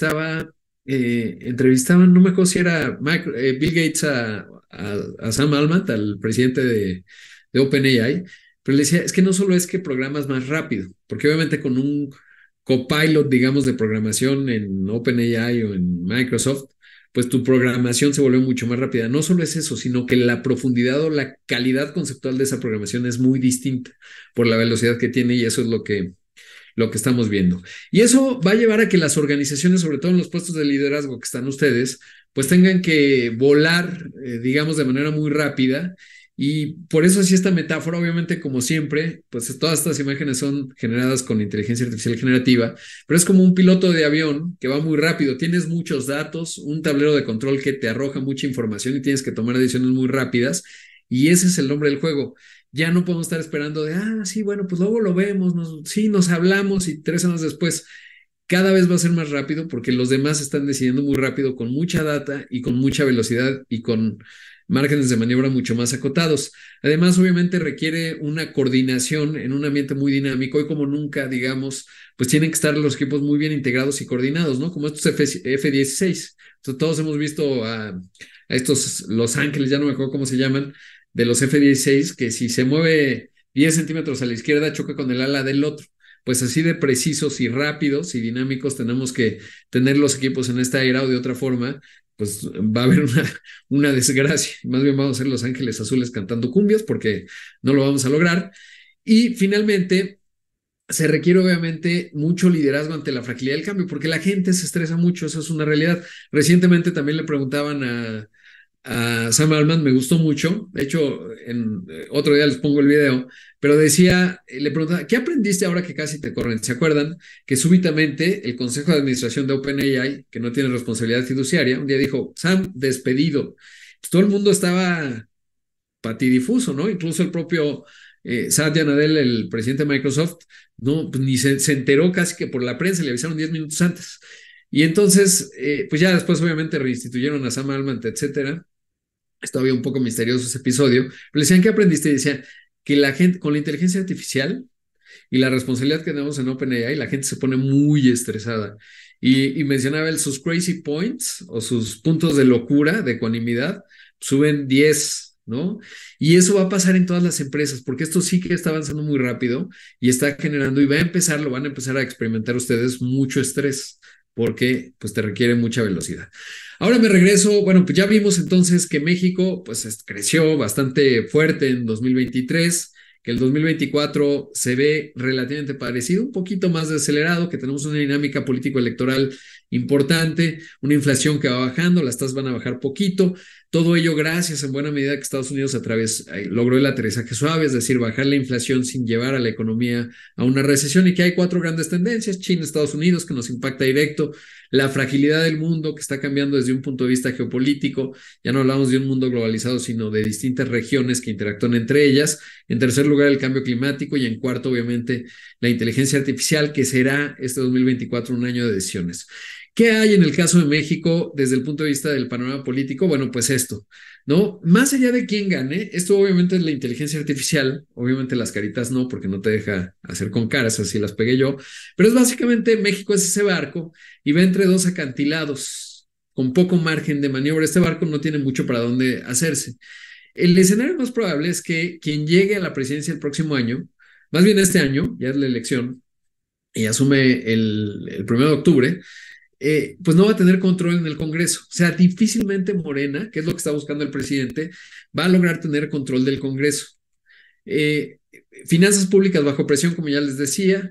entrevistaban, no me acuerdo si era Bill Gates a Sam Altman, al presidente de OpenAI, pero le decía, es que no solo es que programas más rápido, porque obviamente con un copilot, digamos, de programación en OpenAI o en Microsoft, pues tu programación se vuelve mucho más rápida. No solo es eso, sino que la profundidad o la calidad conceptual de esa programación es muy distinta por la velocidad que tiene, y eso es lo que estamos viendo. Y eso va a llevar a que las organizaciones, sobre todo en los puestos de liderazgo que están ustedes, pues tengan que volar, digamos, de manera muy rápida. Y por eso así esta metáfora, obviamente, como siempre, pues todas estas imágenes son generadas con inteligencia artificial generativa, pero es como un piloto de avión que va muy rápido. Tienes muchos datos, un tablero de control que te arroja mucha información y tienes que tomar decisiones muy rápidas. Y ese es el nombre del juego. Ya no podemos estar esperando de, sí, bueno, pues luego lo vemos, sí, nos hablamos, y 3 semanas después. Cada vez va a ser más rápido porque los demás están decidiendo muy rápido, con mucha data y con mucha velocidad y con márgenes de maniobra mucho más acotados. Además, obviamente requiere una coordinación en un ambiente muy dinámico. Hoy como nunca, digamos, pues tienen que estar los equipos muy bien integrados y coordinados, ¿no? Como estos F-16. Entonces, todos hemos visto a estos Los Ángeles, ya no me acuerdo cómo se llaman, de los F-16, que si se mueve 10 centímetros a la izquierda choca con el ala del otro. Pues así de precisos y rápidos y dinámicos tenemos que tener los equipos en esta era, o de otra forma, pues va a haber una desgracia. Más bien vamos a ser Los Ángeles Azules cantando cumbias, porque no lo vamos a lograr. Y finalmente, se requiere obviamente mucho liderazgo ante la fragilidad del cambio, porque la gente se estresa mucho, eso es una realidad. Recientemente también le preguntaban a Sam Altman, me gustó mucho. De hecho, otro día les pongo el video, pero decía, le preguntaba, ¿qué aprendiste ahora que casi te corren? ¿Se acuerdan que súbitamente el Consejo de Administración de OpenAI, que no tiene responsabilidad fiduciaria, un día dijo, Sam, despedido? Pues todo el mundo estaba patidifuso, ¿no? Incluso el propio Satya Nadella, el presidente de Microsoft, no, pues ni se enteró, casi que por la prensa, le avisaron 10 minutos antes. Y entonces, pues ya después obviamente reinstituyeron a Sam Altman, etcétera. Es todavía un poco misterioso ese episodio, pero le decían, ¿qué aprendiste? Y decía que la gente, con la inteligencia artificial y la responsabilidad que tenemos en OpenAI, la gente se pone muy estresada. Y mencionaba él sus crazy points, o sus puntos de locura, de ecuanimidad, suben 10, ¿no? Y eso va a pasar en todas las empresas, porque esto sí que está avanzando muy rápido y está generando, y lo van a empezar a experimentar ustedes, mucho estrés, porque pues te requiere mucha velocidad. Ahora me regreso. Bueno, pues ya vimos entonces que México pues creció bastante fuerte en 2023, que el 2024 se ve relativamente parecido, un poquito más acelerado, que tenemos una dinámica político-electoral importante, una inflación que va bajando, las tasas van a bajar poquito, todo ello gracias en buena medida que Estados Unidos logró el aterrizaje suave, es decir, bajar la inflación sin llevar a la economía a una recesión, y que hay 4 grandes tendencias: China, Estados Unidos, que nos impacta directo; la fragilidad del mundo, que está cambiando desde un punto de vista geopolítico, ya no hablamos de un mundo globalizado, sino de distintas regiones que interactúan entre ellas; en tercer lugar, el cambio climático; y en cuarto, obviamente, la inteligencia artificial, que será este 2024 un año de decisiones. ¿Qué hay en el caso de México desde el punto de vista del panorama político? Bueno, pues esto, ¿no? Más allá de quién gane, esto obviamente es la inteligencia artificial, obviamente las caritas no, porque no te deja hacer con caras, así las pegué yo, pero es básicamente México es ese barco y va entre dos acantilados con poco margen de maniobra. Este barco no tiene mucho para dónde hacerse. El escenario más probable es que quien llegue a la presidencia el próximo año, más bien este año, ya es la elección, y asume el 1 de octubre, pues no va a tener control en el Congreso. O sea, difícilmente Morena, que es lo que está buscando el presidente, va a lograr tener control del Congreso. Eh, Finanzas públicas bajo presión, como ya les decía,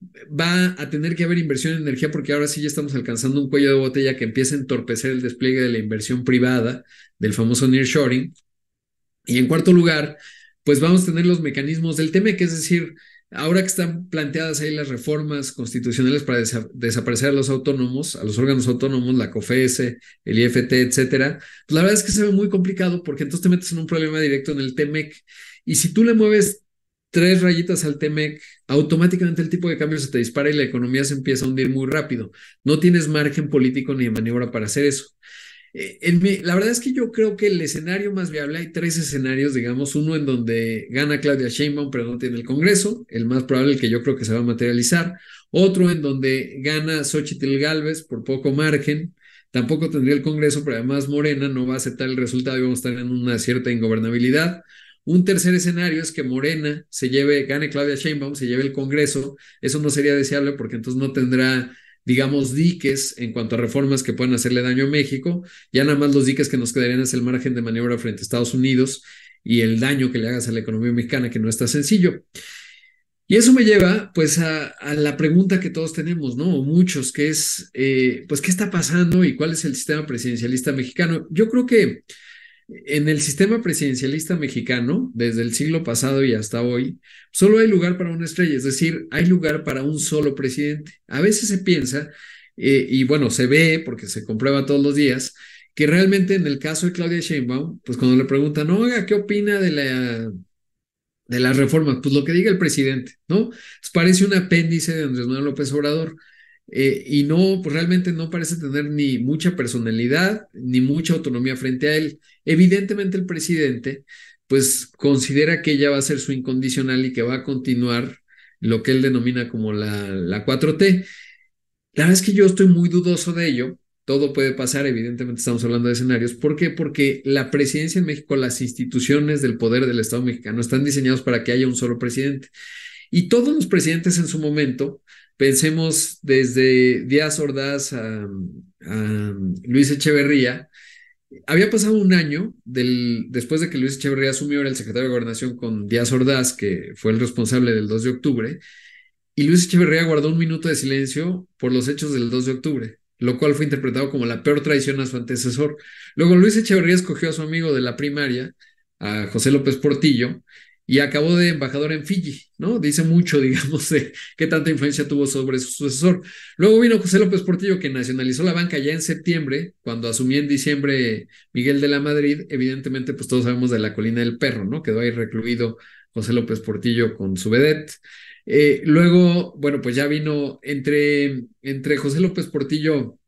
va a tener que haber inversión en energía porque ahora sí ya estamos alcanzando un cuello de botella que empieza a entorpecer el despliegue de la inversión privada, del famoso nearshoring. Y en cuarto lugar, pues vamos a tener los mecanismos del TEMEC, es decir, ahora que están planteadas ahí las reformas constitucionales para desaparecer a los autónomos, a los órganos autónomos, la COFESE, el IFT, etcétera, pues la verdad es que se ve muy complicado porque entonces te metes en un problema directo en el TEMEC. Y si tú le mueves 3 rayitas al TEMEC, automáticamente el tipo de cambio se te dispara y la economía se empieza a hundir muy rápido. No tienes margen político ni de maniobra para hacer eso. La verdad es que yo creo que el escenario más viable, hay 3 escenarios, digamos, uno en donde gana Claudia Sheinbaum pero no tiene el Congreso, el más probable, el que yo creo que se va a materializar, otro en donde gana Xóchitl Gálvez por poco margen, tampoco tendría el Congreso, pero además Morena no va a aceptar el resultado y vamos a estar en una cierta ingobernabilidad. Un tercer escenario es que Morena gane Claudia Sheinbaum, se lleve el Congreso, eso no sería deseable porque entonces no tendrá, digamos, diques en cuanto a reformas que puedan hacerle daño a México. Ya nada más los diques que nos quedarían es el margen de maniobra frente a Estados Unidos y el daño que le hagas a la economía mexicana, que no está sencillo. Y eso me lleva, pues, a la pregunta que todos tenemos, ¿no? O muchos, que es, pues, ¿qué está pasando y cuál es el sistema presidencialista mexicano? Yo creo que en el sistema presidencialista mexicano, desde el siglo pasado y hasta hoy, solo hay lugar para una estrella, es decir, hay lugar para un solo presidente. A veces se piensa, y bueno, se ve porque se comprueba todos los días, que realmente en el caso de Claudia Sheinbaum, pues cuando le preguntan, oiga, ¿qué opina de las reformas? Pues lo que diga el presidente, ¿no? Pues parece un apéndice de Andrés Manuel López Obrador. Y no, pues realmente no parece tener ni mucha personalidad ni mucha autonomía frente a él. Evidentemente el presidente, pues considera que ella va a ser su incondicional y que va a continuar lo que él denomina como la 4T. La verdad es que yo estoy muy dudoso de ello. Todo puede pasar, evidentemente estamos hablando de escenarios. ¿Por qué? Porque la presidencia en México, las instituciones del poder del Estado mexicano están diseñados para que haya un solo presidente. Y todos los presidentes en su momento, pensemos desde Díaz Ordaz a Luis Echeverría, había pasado un año después de que Luis Echeverría asumió, era el secretario de Gobernación con Díaz Ordaz, que fue el responsable del 2 de octubre, y Luis Echeverría guardó un minuto de silencio por los hechos del 2 de octubre, lo cual fue interpretado como la peor traición a su antecesor. Luego Luis Echeverría escogió a su amigo de la primaria, a José López Portillo, y acabó de embajador en Fiji, ¿no? Dice mucho, digamos, de qué tanta influencia tuvo sobre su sucesor. Luego vino José López Portillo, que nacionalizó la banca ya en septiembre, cuando asumió en diciembre Miguel de la Madrid. Evidentemente, pues todos sabemos de la colina del perro, ¿no? Quedó ahí recluido José López Portillo con su vedette. Luego, bueno, pues ya vino entre José López Portillo,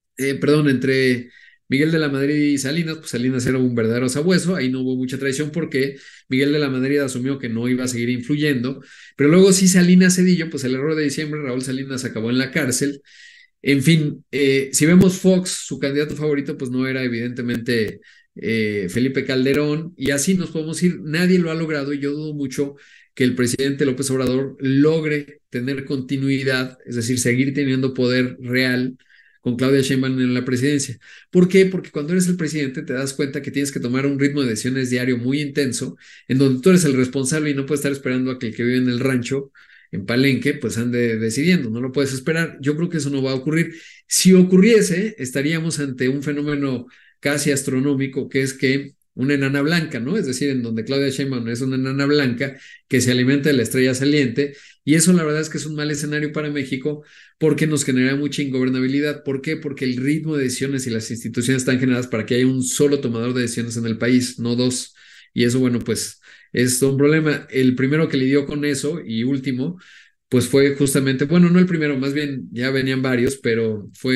entre Miguel de la Madrid y Salinas, pues Salinas era un verdadero sabueso, ahí no hubo mucha traición porque Miguel de la Madrid asumió que no iba a seguir influyendo, pero luego sí Salinas Cedillo, pues el error de diciembre, Raúl Salinas acabó en la cárcel. En fin, si vemos Fox, su candidato favorito, pues no era evidentemente Felipe Calderón, y así nos podemos ir, nadie lo ha logrado y yo dudo mucho que el presidente López Obrador logre tener continuidad, es decir, seguir teniendo poder real con Claudia Sheinbaum en la presidencia. ¿Por qué? Porque cuando eres el presidente te das cuenta que tienes que tomar un ritmo de decisiones diario muy intenso, en donde tú eres el responsable y no puedes estar esperando a que el que vive en el rancho, en Palenque, pues ande decidiendo, no lo puedes esperar. Yo creo que eso no va a ocurrir. Si ocurriese, estaríamos ante un fenómeno casi astronómico, que es que una enana blanca, ¿no? Es decir, en donde Claudia Sheinbaum es una enana blanca que se alimenta de la estrella saliente, y eso la verdad es que es un mal escenario para México porque nos genera mucha ingobernabilidad. ¿Por qué? Porque el ritmo de decisiones y las instituciones están generadas para que haya un solo tomador de decisiones en el país, no dos. Y eso, bueno, pues es un problema. El primero que lidió con eso y último, pues fue justamente, bueno, no el primero, más bien ya venían varios, pero fue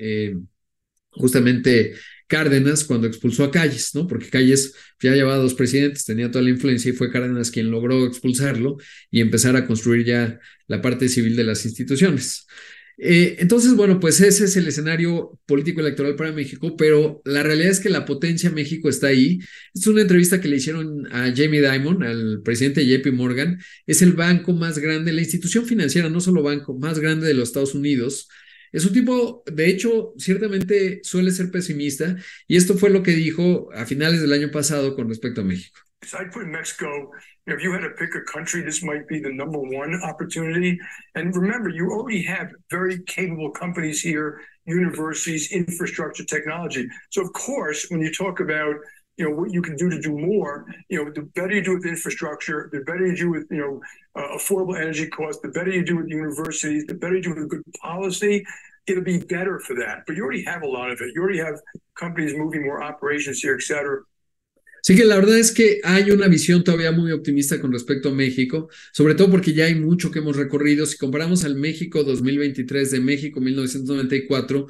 justamente Cárdenas cuando expulsó a Calles, ¿no? Porque Calles ya llevaba dos presidentes, tenía toda la influencia y fue Cárdenas quien logró expulsarlo y empezar a construir ya la parte civil de las instituciones. Entonces, bueno, pues ese es el escenario político electoral para México, pero la realidad es que la potencia México está ahí. Es una entrevista que le hicieron a Jamie Dimon, al presidente JP Morgan. Es el banco más grande, la institución financiera, no solo banco, más grande de los Estados Unidos. Es un tipo, de hecho, ciertamente suele ser pesimista, y esto fue lo que dijo a finales del año pasado con respecto a México. I'd put Mexico, if you had to pick a country, this might be the number one opportunity. And remember, you already have very capable companies here, universities, infrastructure, technology. So of course, when you talk about, what you can do to do more, the better you do with infrastructure, the better you do with, affordable energy costs, the better you do with universities, the better you do with good policy, it'll be better for that. But you already have a lot of it. You already have companies moving more operations here, et cetera. Así que la verdad es que hay una visión todavía muy optimista con respecto a México, sobre todo porque ya hay mucho que hemos recorrido. Si comparamos al México 2023 de México 1994,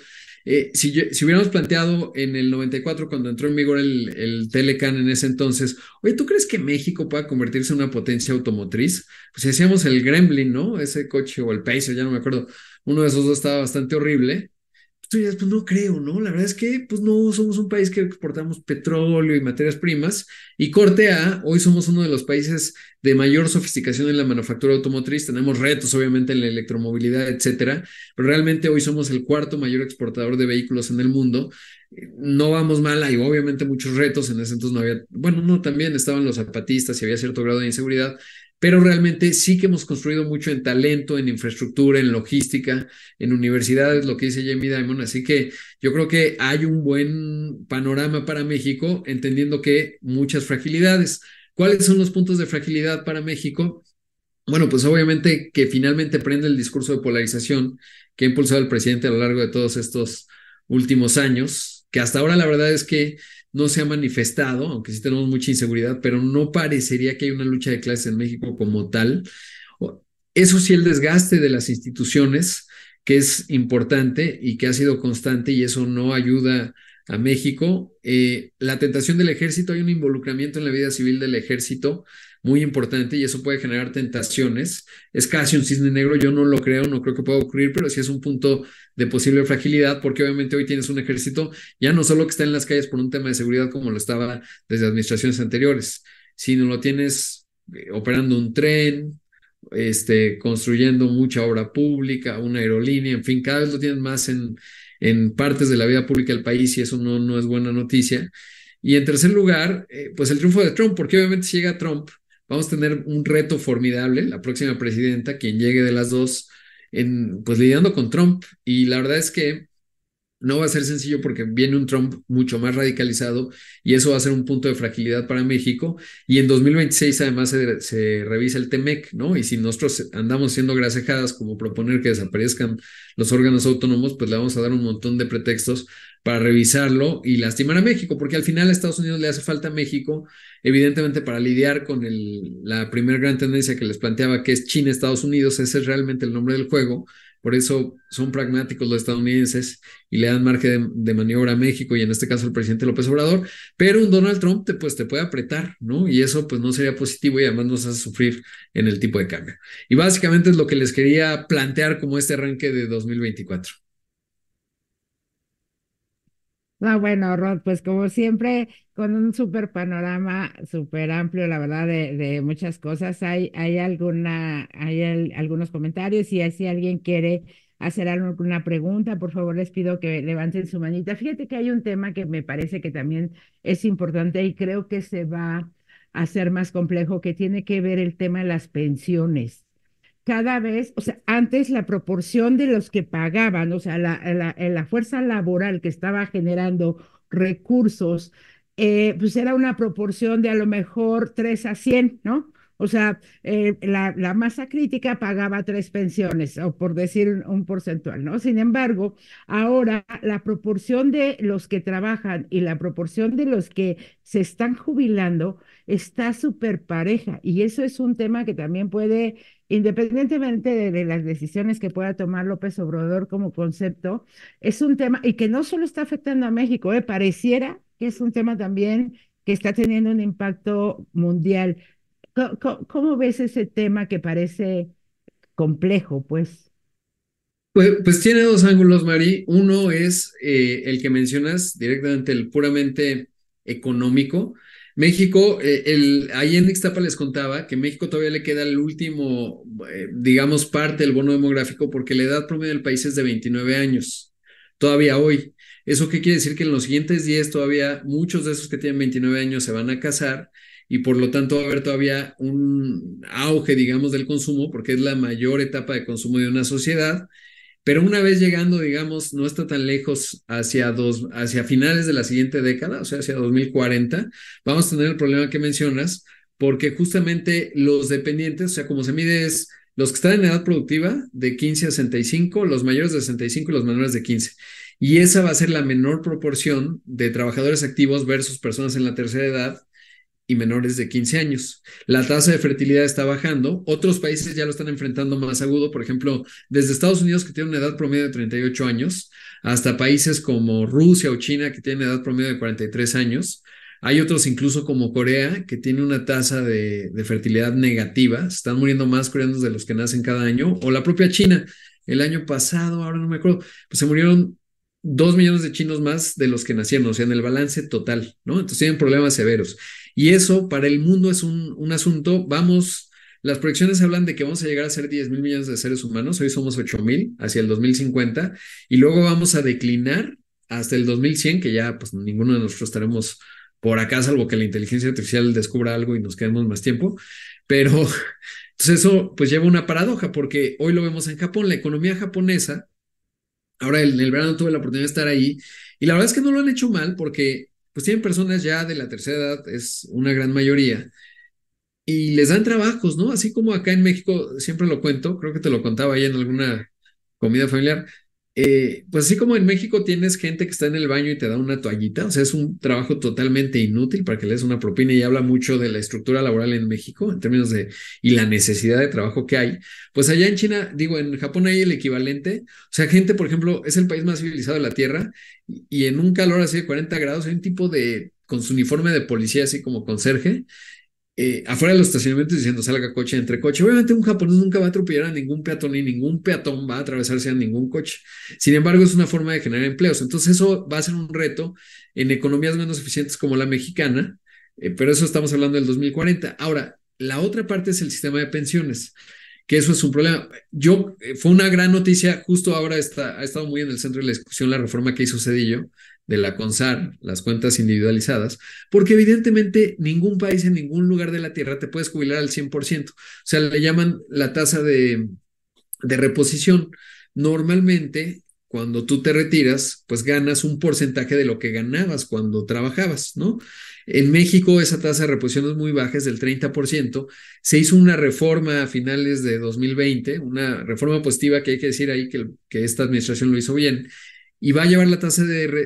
si hubiéramos planteado en el 94, cuando entró en vigor el Telecan en ese entonces, oye, ¿tú crees que México pueda convertirse en una potencia automotriz? Pues si hacíamos el Gremlin, ¿no? Ese coche o el Pacer, ya no me acuerdo, uno de esos dos estaba bastante horrible. Tú dices, pues no creo, ¿no? La verdad es que pues no somos un país que exportamos petróleo y materias primas, y corte A, hoy somos uno de los países de mayor sofisticación en la manufactura automotriz, tenemos retos obviamente en la electromovilidad, etcétera, pero realmente hoy somos el cuarto mayor exportador de vehículos en el mundo. No vamos mal, hay obviamente muchos retos, en ese entonces no había, bueno, no, también estaban los zapatistas y había cierto grado de inseguridad, pero realmente sí que hemos construido mucho en talento, en infraestructura, en logística, en universidades, lo que dice Jamie Dimon. Así que yo creo que hay un buen panorama para México, entendiendo que muchas fragilidades. ¿Cuáles son los puntos de fragilidad para México? Bueno, pues obviamente que finalmente prende el discurso de polarización que ha impulsado el presidente a lo largo de todos estos últimos años, que hasta ahora la verdad es que no se ha manifestado, aunque sí tenemos mucha inseguridad, pero no parecería que hay una lucha de clases en México como tal. Eso sí, el desgaste de las instituciones, que es importante y que ha sido constante, y eso no ayuda a México. La tentación del ejército, hay un involucramiento en la vida civil del ejército muy importante, y eso puede generar tentaciones. Es casi un cisne negro, yo no lo creo, no creo que pueda ocurrir, pero sí es un punto de posible fragilidad, porque obviamente hoy tienes un ejército ya no solo que está en las calles por un tema de seguridad como lo estaba desde administraciones anteriores, sino lo tienes operando un tren, construyendo mucha obra pública, una aerolínea, en fin, cada vez lo tienes más en partes de la vida pública del país, y eso no es buena noticia. Y en tercer lugar, pues el triunfo de Trump, porque obviamente si llega Trump, vamos a tener un reto formidable, la próxima presidenta, quien llegue de las dos, pues lidiando con Trump. Y la verdad es que no va a ser sencillo, porque viene un Trump mucho más radicalizado, y eso va a ser un punto de fragilidad para México. Y en 2026 además se revisa el TEMEC, ¿no? Y si nosotros andamos siendo grasejadas como proponer que desaparezcan los órganos autónomos, pues le vamos a dar un montón de pretextos para revisarlo y lastimar a México, porque al final a Estados Unidos le hace falta a México, evidentemente, para lidiar con la primera gran tendencia que les planteaba, que es China-Estados Unidos. Ese es realmente el nombre del juego. Por eso son pragmáticos los estadounidenses y le dan margen de maniobra a México, y en este caso el presidente López Obrador, pero un Donald Trump te puede apretar, ¿no? Y eso pues no sería positivo, y además nos hace sufrir en el tipo de cambio. Y básicamente es lo que les quería plantear como este arranque de 2024. No, bueno, Rod, pues como siempre, con un súper panorama, súper amplio, la verdad, de muchas cosas. Algunos comentarios, y si alguien quiere hacer alguna pregunta, por favor les pido que levanten su manita. Fíjate que hay un tema que me parece que también es importante, y creo que se va a hacer más complejo, que tiene que ver el tema de las pensiones. Cada vez, o sea, antes la proporción de los que pagaban, o sea, la fuerza laboral que estaba generando recursos, pues era una proporción de a lo mejor 3 a 100, ¿no? O sea, la masa crítica pagaba 3 pensiones, o por decir un porcentual, ¿no? Sin embargo, ahora la proporción de los que trabajan y la proporción de los que se están jubilando está súper pareja. Y eso es un tema que también puede, independientemente de las decisiones que pueda tomar López Obrador como concepto, es un tema, y que no solo está afectando a México, pareciera que es un tema también que está teniendo un impacto mundial. ¿Cómo ves ese tema que parece complejo, pues? Pues tiene dos ángulos, Mari. Uno es el que mencionas directamente, el puramente económico. México, ahí en Ixtapa les contaba que México todavía le queda el último, digamos, parte del bono demográfico porque la edad promedio del país es de 29 años, todavía hoy. ¿Eso qué quiere decir? Que en los siguientes 10 todavía muchos de esos que tienen 29 años se van a casar y por lo tanto va a haber todavía un auge, digamos, del consumo porque es la mayor etapa de consumo de una sociedad. Pero una vez llegando, digamos, no está tan lejos hacia finales de la siguiente década, o sea, hacia 2040, vamos a tener el problema que mencionas, porque justamente los dependientes, o sea, como se mide es los que están en edad productiva de 15 a 65, los mayores de 65 y los menores de 15. Y esa va a ser la menor proporción de trabajadores activos versus personas en la tercera edad y menores de 15 años. La tasa de fertilidad está bajando. Otros países ya lo están enfrentando más agudo. Por ejemplo, desde Estados Unidos, que tiene una edad promedio de 38 años, hasta países como Rusia o China, que tienen edad promedio de 43 años. Hay otros incluso como Corea, que tiene una tasa de fertilidad negativa. Se están muriendo más coreanos de los que nacen cada año. O la propia China. El año pasado, ahora no me acuerdo, pues se murieron 2 millones de chinos más de los que nacieron, o sea, en el balance total, ¿no? Entonces tienen problemas severos. Y eso para el mundo es un asunto, las proyecciones hablan de que vamos a llegar a ser 10 mil millones de seres humanos, hoy somos 8 mil hacia el 2050, y luego vamos a declinar hasta el 2100, que ya pues ninguno de nosotros estaremos por acá, salvo que la inteligencia artificial descubra algo y nos quedemos más tiempo, pero entonces eso pues lleva una paradoja, porque hoy lo vemos en Japón, la economía japonesa. Ahora, en el verano tuve la oportunidad de estar ahí y la verdad es que no lo han hecho mal porque pues tienen personas ya de la tercera edad, es una gran mayoría, y les dan trabajos, ¿no? Así como acá en México, siempre lo cuento, creo que te lo contaba ahí en alguna comida familiar, pues así como en México tienes gente que está en el baño y te da una toallita, o sea, es un trabajo totalmente inútil para que le des una propina y habla mucho de la estructura laboral en México en términos y la necesidad de trabajo que hay. Pues allá en China, digo, en Japón hay el equivalente, o sea, gente, por ejemplo, es el país más civilizado de la Tierra y en un calor así de 40 grados hay un tipo con su uniforme de policía, así como conserje, afuera de los estacionamientos diciendo salga coche entre coche. Obviamente un japonés nunca va a atropellar a ningún peatón ni ningún peatón va a atravesarse a ningún coche. Sin embargo, es una forma de generar empleos. Entonces eso va a ser un reto en economías menos eficientes como la mexicana, pero eso estamos hablando del 2040. Ahora, la otra parte es el sistema de pensiones, que eso es un problema. Fue una gran noticia, justo ahora ha estado muy en el centro de la discusión la reforma que hizo Cedillo de la CONSAR, las cuentas individualizadas, porque evidentemente ningún país en ningún lugar de la Tierra te puedes jubilar al 100%. O sea, le llaman la tasa de reposición. Normalmente, cuando tú te retiras, pues ganas un porcentaje de lo que ganabas cuando trabajabas, ¿no? En México esa tasa de reposición es muy baja, es del 30%. Se hizo una reforma a finales de 2020, una reforma positiva que hay que decir ahí que esta administración lo hizo bien, y va a llevar la tasa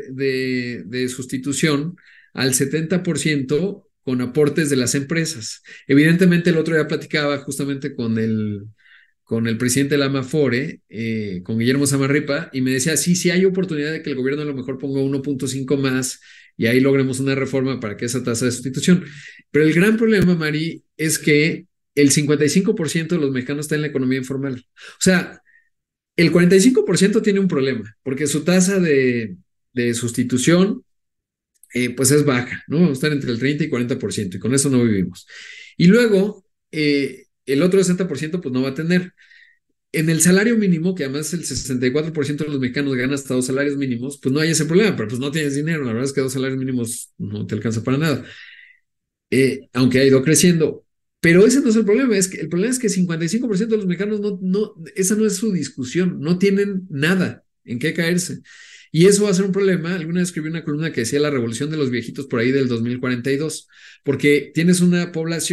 de sustitución al 70% con aportes de las empresas. Evidentemente, el otro día platicaba justamente con el presidente de la Amafore, con Guillermo Zamarripa, y me decía, sí hay oportunidad de que el gobierno a lo mejor ponga 1.5 más y ahí logremos una reforma para que esa tasa de sustitución. Pero el gran problema, Mari, es que el 55% de los mexicanos está en la economía informal. O sea, el 45% tiene un problema, porque su tasa de sustitución pues es baja, ¿no? Vamos a estar entre el 30 y 40%, y con eso no vivimos. Y luego, el otro 60% pues no va a tener. En el salario mínimo, que además el 64% de los mexicanos ganan hasta 2 salarios mínimos, pues no hay ese problema, pero pues no tienes dinero, la verdad es que 2 salarios mínimos no te alcanza para nada, aunque ha ido creciendo. Pero ese no es el problema, el problema es que 55% de los mexicanos esa no es su discusión, no tienen nada en qué caerse. Y eso va a ser un problema. Alguna vez escribí una columna que decía la revolución de los viejitos por ahí del 2042, porque tienes una población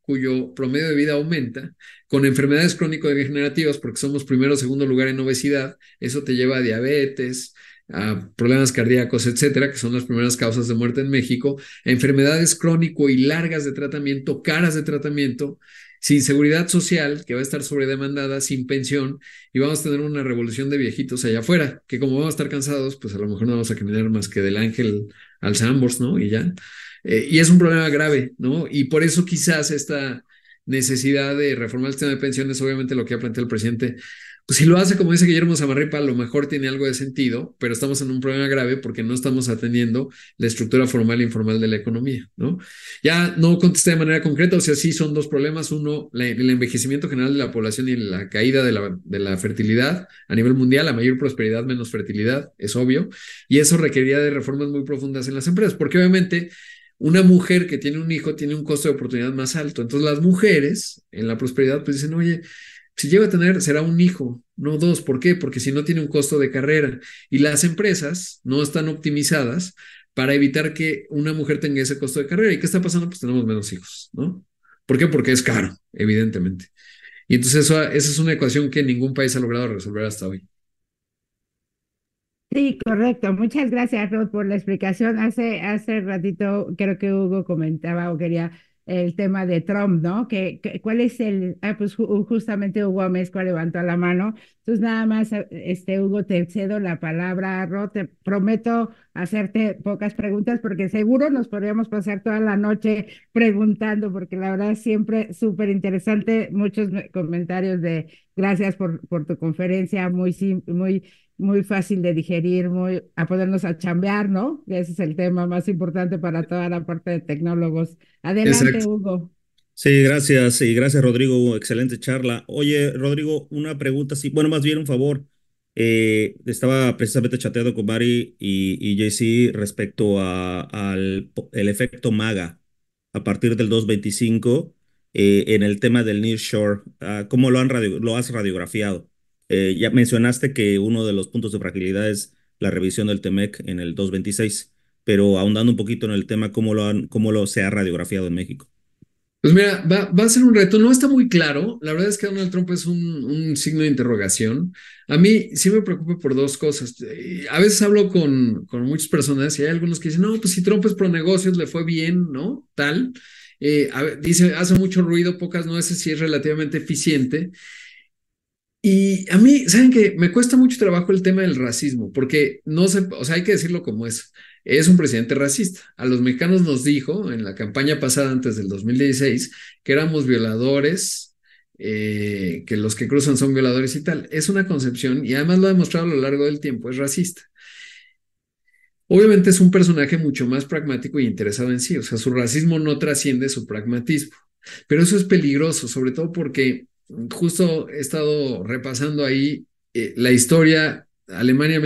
cuyo promedio de vida aumenta, con enfermedades crónico-degenerativas, porque somos primero o segundo lugar en obesidad, eso te lleva a diabetes, a problemas cardíacos, etcétera, que son las primeras causas de muerte en México, a enfermedades crónico y largas de tratamiento, caras de tratamiento, sin seguridad social, que va a estar sobredemandada, sin pensión, y vamos a tener una revolución de viejitos allá afuera, que como vamos a estar cansados, pues a lo mejor no vamos a caminar más que del Ángel al Sambors, ¿no? Y ya. Y es un problema grave, ¿no? Y por eso quizás esta necesidad de reformar el sistema de pensiones, obviamente lo que ha planteado el presidente, pues si lo hace como dice Guillermo Zamarripa, a lo mejor tiene algo de sentido, pero estamos en un problema grave porque no estamos atendiendo la estructura formal e informal de la economía, ¿no? Ya no contesté de manera concreta, o sea, sí son dos problemas. Uno, el envejecimiento general de la población y la caída de la fertilidad a nivel mundial, a mayor prosperidad, menos fertilidad, es obvio, y eso requeriría de reformas muy profundas en las empresas, porque obviamente una mujer que tiene un hijo tiene un costo de oportunidad más alto. Entonces las mujeres en la prosperidad pues dicen, oye, si llega a tener, será un hijo, no dos. ¿Por qué? Porque si no tiene un costo de carrera. Y las empresas no están optimizadas para evitar que una mujer tenga ese costo de carrera. ¿Y qué está pasando? Pues tenemos menos hijos, ¿no? ¿Por qué? Porque es caro, evidentemente. Y entonces esa es una ecuación que ningún país ha logrado resolver hasta hoy. Sí, correcto. Muchas gracias, Rod, por la explicación. Hace ratito creo que Hugo comentaba o quería el tema de Trump, ¿no? ¿Cuál es el? Pues justamente Hugo Amezcua levantó la mano. Entonces, nada más, Hugo, te cedo la palabra, Rod. Te prometo hacerte pocas preguntas porque seguro nos podríamos pasar toda la noche preguntando, porque la verdad siempre súper interesante. Muchos comentarios de gracias por tu conferencia, muy fácil de digerir, a ponernos a chambear, ¿no? Ese es el tema más importante para toda la parte de tecnólogos. Adelante, Exacto. Hugo. Sí, gracias, y gracias, Rodrigo. Excelente charla. Oye, Rodrigo, una pregunta, sí, bueno, más bien un favor. Estaba precisamente chateando con Mari y JC respecto el efecto MAGA a partir del 225 en el tema del nearshore. ¿Cómo lo has radiografiado? Ya mencionaste que uno de los puntos de fragilidad es la revisión del TEMEC en el 226, pero ahondando un poquito en el tema, ¿cómo se ha radiografiado en México? Pues mira, va a ser un reto. No está muy claro. La verdad es que Donald Trump es un signo de interrogación. A mí sí me preocupa por dos cosas. A veces hablo con muchas personas y hay algunos que dicen, no, pues si Trump es pro negocios, le fue bien, ¿no? Tal. Dice, hace mucho ruido, pocas nueces, sí es relativamente eficiente. Y a mí, ¿saben qué? Me cuesta mucho trabajo el tema del racismo, porque no sé, o sea, hay que decirlo como es. Es un presidente racista. A los mexicanos nos dijo en la campaña pasada, antes del 2016, que éramos violadores, que los que cruzan son violadores y tal. Es una concepción, y además lo ha demostrado a lo largo del tiempo, es racista. Obviamente es un personaje mucho más pragmático y interesado en sí, o sea, su racismo no trasciende su pragmatismo, pero eso es peligroso, sobre todo porque justo he estado repasando ahí la historia Alemania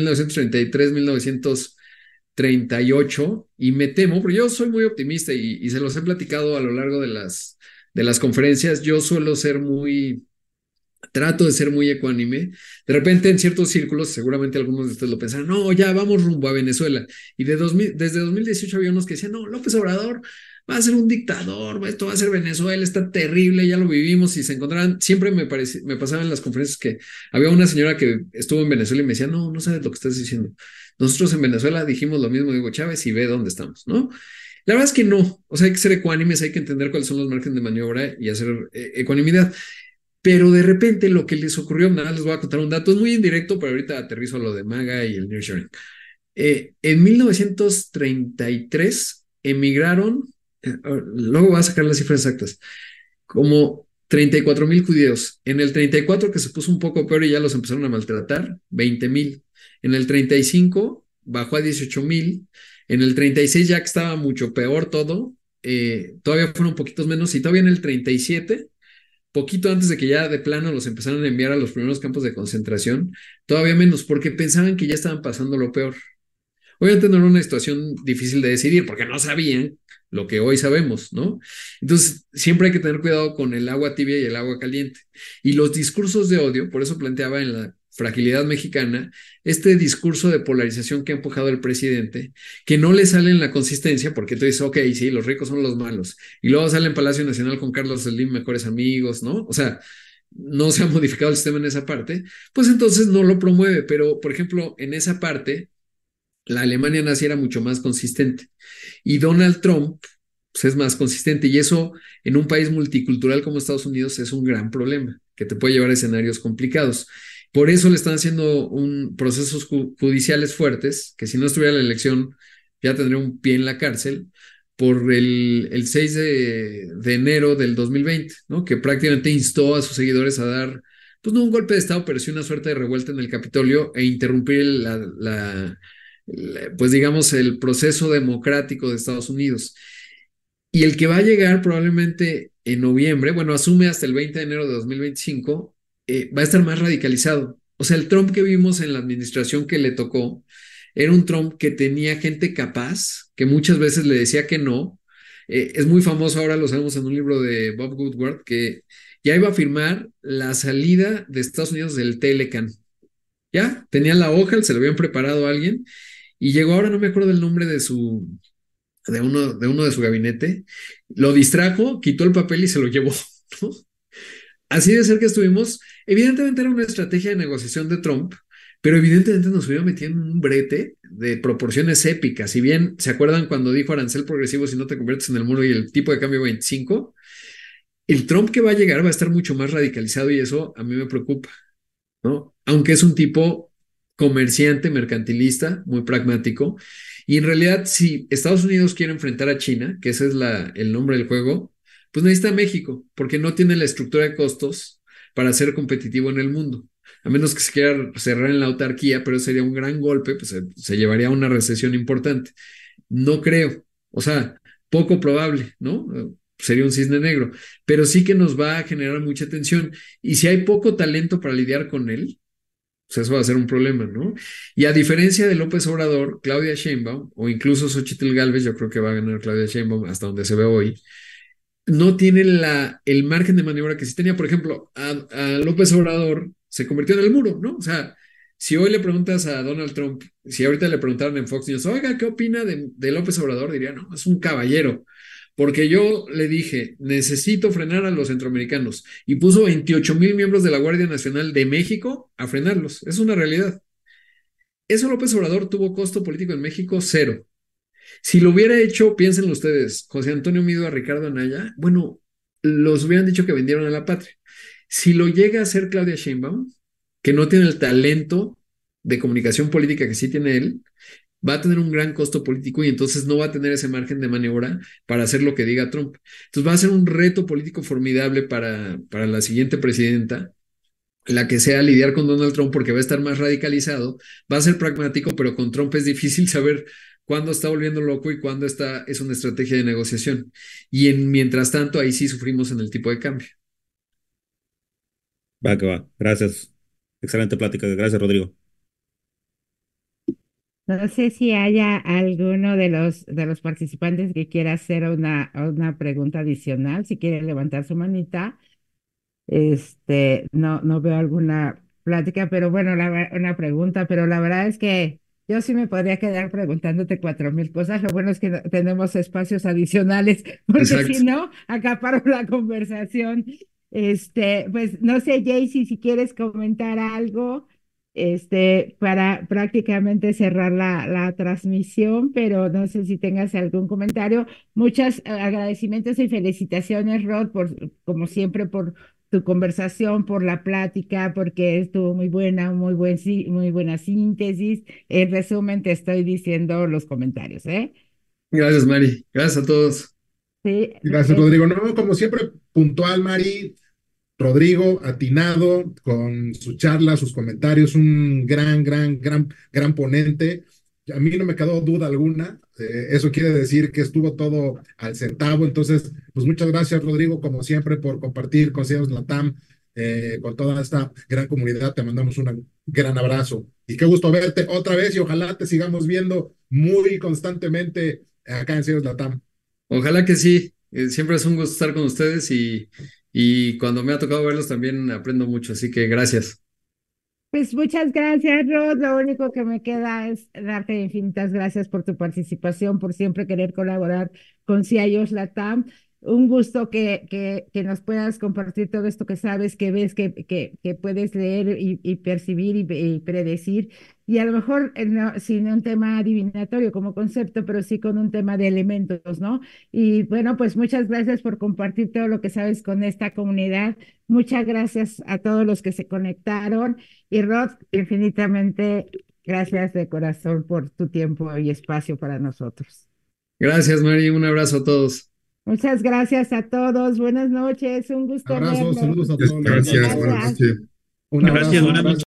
1933-1938 y me temo, pero yo soy muy optimista y se los he platicado a lo largo de las conferencias, yo suelo ser trato de ser muy ecuánime. De repente en ciertos círculos, seguramente algunos de ustedes lo pensaron, no, ya vamos rumbo a Venezuela. Y desde 2018 había unos que decían, no, López Obrador va a ser un dictador, esto va a ser Venezuela, está terrible, ya lo vivimos y se encontraban, siempre me pasaba en las conferencias que había una señora que estuvo en Venezuela y me decía, no, no sabes lo que estás diciendo. Nosotros en Venezuela dijimos lo mismo, digo, Chávez, y ve dónde estamos, ¿no? La verdad es que no, o sea, hay que ser ecuánimes, hay que entender cuáles son los márgenes de maniobra y hacer ecuanimidad. Pero de repente lo que les ocurrió, nada, les voy a contar un dato, es muy indirecto, pero ahorita aterrizo a lo de MAGA y el nearshoring. En 1933 emigraron, luego voy a sacar las cifras exactas, como 34,000 judíos. En el 34, que se puso un poco peor y ya los empezaron a maltratar, 20,000. En el 35 bajó a 18,000. En el 36 ya que estaba mucho peor todo, todavía fueron poquitos menos y todavía en el 37 poquito antes de que ya de plano los empezaran a enviar a los primeros campos de concentración, todavía menos, porque pensaban que ya estaban pasando lo peor. Obviamente no era una situación difícil de decidir, porque no sabían lo que hoy sabemos, ¿no? Entonces, siempre hay que tener cuidado con el agua tibia y el agua caliente. Y los discursos de odio, por eso planteaba en la fragilidad mexicana, este discurso de polarización que ha empujado el presidente, que no le sale en la consistencia, porque tú dices, ok, sí, los ricos son los malos, y luego sale en Palacio Nacional con Carlos Slim, mejores amigos, ¿no? O sea, no se ha modificado el sistema en esa parte, pues entonces no lo promueve, pero por ejemplo, en esa parte, la Alemania nazi era mucho más consistente, y Donald Trump pues, es más consistente, y eso en un país multicultural como Estados Unidos es un gran problema, que te puede llevar a escenarios complicados. Por eso le están haciendo procesos judiciales fuertes, que si no estuviera la elección ya tendría un pie en la cárcel, por el 6 de enero del 2020, ¿no? Que prácticamente instó a sus seguidores a dar, pues no un golpe de Estado, pero sí una suerte de revuelta en el Capitolio e interrumpir pues digamos, el proceso democrático de Estados Unidos. Y el que va a llegar probablemente en noviembre, bueno, asume hasta el 20 de enero de 2025, va a estar más radicalizado. O sea, el Trump que vimos en la administración que le tocó era un Trump que tenía gente capaz, que muchas veces le decía que no. Es muy famoso, ahora lo sabemos en un libro de Bob Woodward, que ya iba a firmar la salida de Estados Unidos del Telecan. Ya, tenía la hoja, se lo habían preparado a alguien, y llegó ahora, no me acuerdo el nombre de uno de su gabinete, lo distrajo, quitó el papel y se lo llevó, ¿no? Así de cerca estuvimos. Evidentemente era una estrategia de negociación de Trump, pero evidentemente nos hubiera metido en un brete de proporciones épicas. Si bien se acuerdan cuando dijo arancel progresivo si no te conviertes en el muro y el tipo de cambio 25, el Trump que va a llegar va a estar mucho más radicalizado y eso a mí me preocupa, ¿no? Aunque es un tipo comerciante, mercantilista, muy pragmático. Y en realidad, si Estados Unidos quiere enfrentar a China, que ese es el nombre del juego, pues necesita a México, porque no tiene la estructura de costos para ser competitivo en el mundo. A menos que se quiera cerrar en la autarquía, pero sería un gran golpe, pues se llevaría a una recesión importante. No creo, o sea, poco probable, ¿no? Sería un cisne negro, pero sí que nos va a generar mucha tensión. Y si hay poco talento para lidiar con él, pues eso va a ser un problema, ¿no? Y a diferencia de López Obrador, Claudia Sheinbaum, o incluso Xochitl Gálvez, yo creo que va a ganar Claudia Sheinbaum hasta donde se ve hoy, no tiene el margen de maniobra que sí tenía. Por ejemplo, a López Obrador se convirtió en el muro, ¿no? O sea, si hoy le preguntas a Donald Trump, si ahorita le preguntaran en Fox News, oiga, ¿qué opina de López Obrador? Diría, no, es un caballero. Porque yo le dije, necesito frenar a los centroamericanos. Y puso 28,000 miembros de la Guardia Nacional de México a frenarlos. Es una realidad. Eso López Obrador tuvo costo político en México cero. Si lo hubiera hecho, piénsenlo ustedes, José Antonio Mido a Ricardo Anaya, bueno, los hubieran dicho que vendieron a la patria. Si lo llega a hacer Claudia Sheinbaum, que no tiene el talento de comunicación política que sí tiene él, va a tener un gran costo político y entonces no va a tener ese margen de maniobra para hacer lo que diga Trump. Entonces va a ser un reto político formidable para la siguiente presidenta, la que sea lidiar con Donald Trump porque va a estar más radicalizado, va a ser pragmático, pero con Trump es difícil saber cuándo está volviendo loco y cuándo es una estrategia de negociación. Y mientras tanto, ahí sí sufrimos en el tipo de cambio. Va que va. Gracias. Excelente plática. Gracias, Rodrigo. No sé si haya alguno de los participantes que quiera hacer una pregunta adicional, si quiere levantar su manita. No veo alguna plática, pero bueno, una pregunta, pero la verdad es que yo sí me podría quedar preguntándote 4,000 cosas. Lo bueno es que tenemos espacios adicionales, porque Exacto. si no, acaparo la conversación. Pues no sé, Jaycee, si quieres comentar algo, para prácticamente cerrar la transmisión, pero no sé si tengas algún comentario. Muchos agradecimientos y felicitaciones, Rod, como siempre, por tu conversación, por la plática, porque estuvo muy buena, muy buena síntesis. En resumen, te estoy diciendo los comentarios, ¿eh? Gracias, Mari. Gracias a todos. Sí, Gracias, Rodrigo. No, como siempre, puntual, Mari. Rodrigo, atinado con su charla, sus comentarios, un gran ponente. A mí no me quedó duda alguna. Eso quiere decir que estuvo todo al centavo. Entonces, pues muchas gracias, Rodrigo, como siempre, por compartir con CEOs Latam, con toda esta gran comunidad. Te mandamos un gran abrazo. Y qué gusto verte otra vez y ojalá te sigamos viendo muy constantemente acá en CEOs Latam. Ojalá que sí. Siempre es un gusto estar con ustedes y cuando me ha tocado verlos también aprendo mucho, así que gracias. Pues muchas gracias, Rod. Lo único que me queda es darte infinitas gracias por tu participación, por siempre querer colaborar con CIOs Latam. Un gusto que nos puedas compartir todo esto que sabes, que ves, que puedes leer y percibir y predecir. Y a lo mejor no, sin un tema adivinatorio como concepto, pero sí con un tema de elementos, ¿no? Y bueno, pues muchas gracias por compartir todo lo que sabes con esta comunidad. Muchas gracias a todos los que se conectaron. Y Rod, infinitamente gracias de corazón por tu tiempo y espacio para nosotros. Gracias, Mari. Un abrazo a todos. Muchas gracias a todos. Buenas noches. Un gusto Abrazos, verlos. saludos a todos. Gracias, buenas Gracias. noches. Un Gracias, abrazo. buenas noches.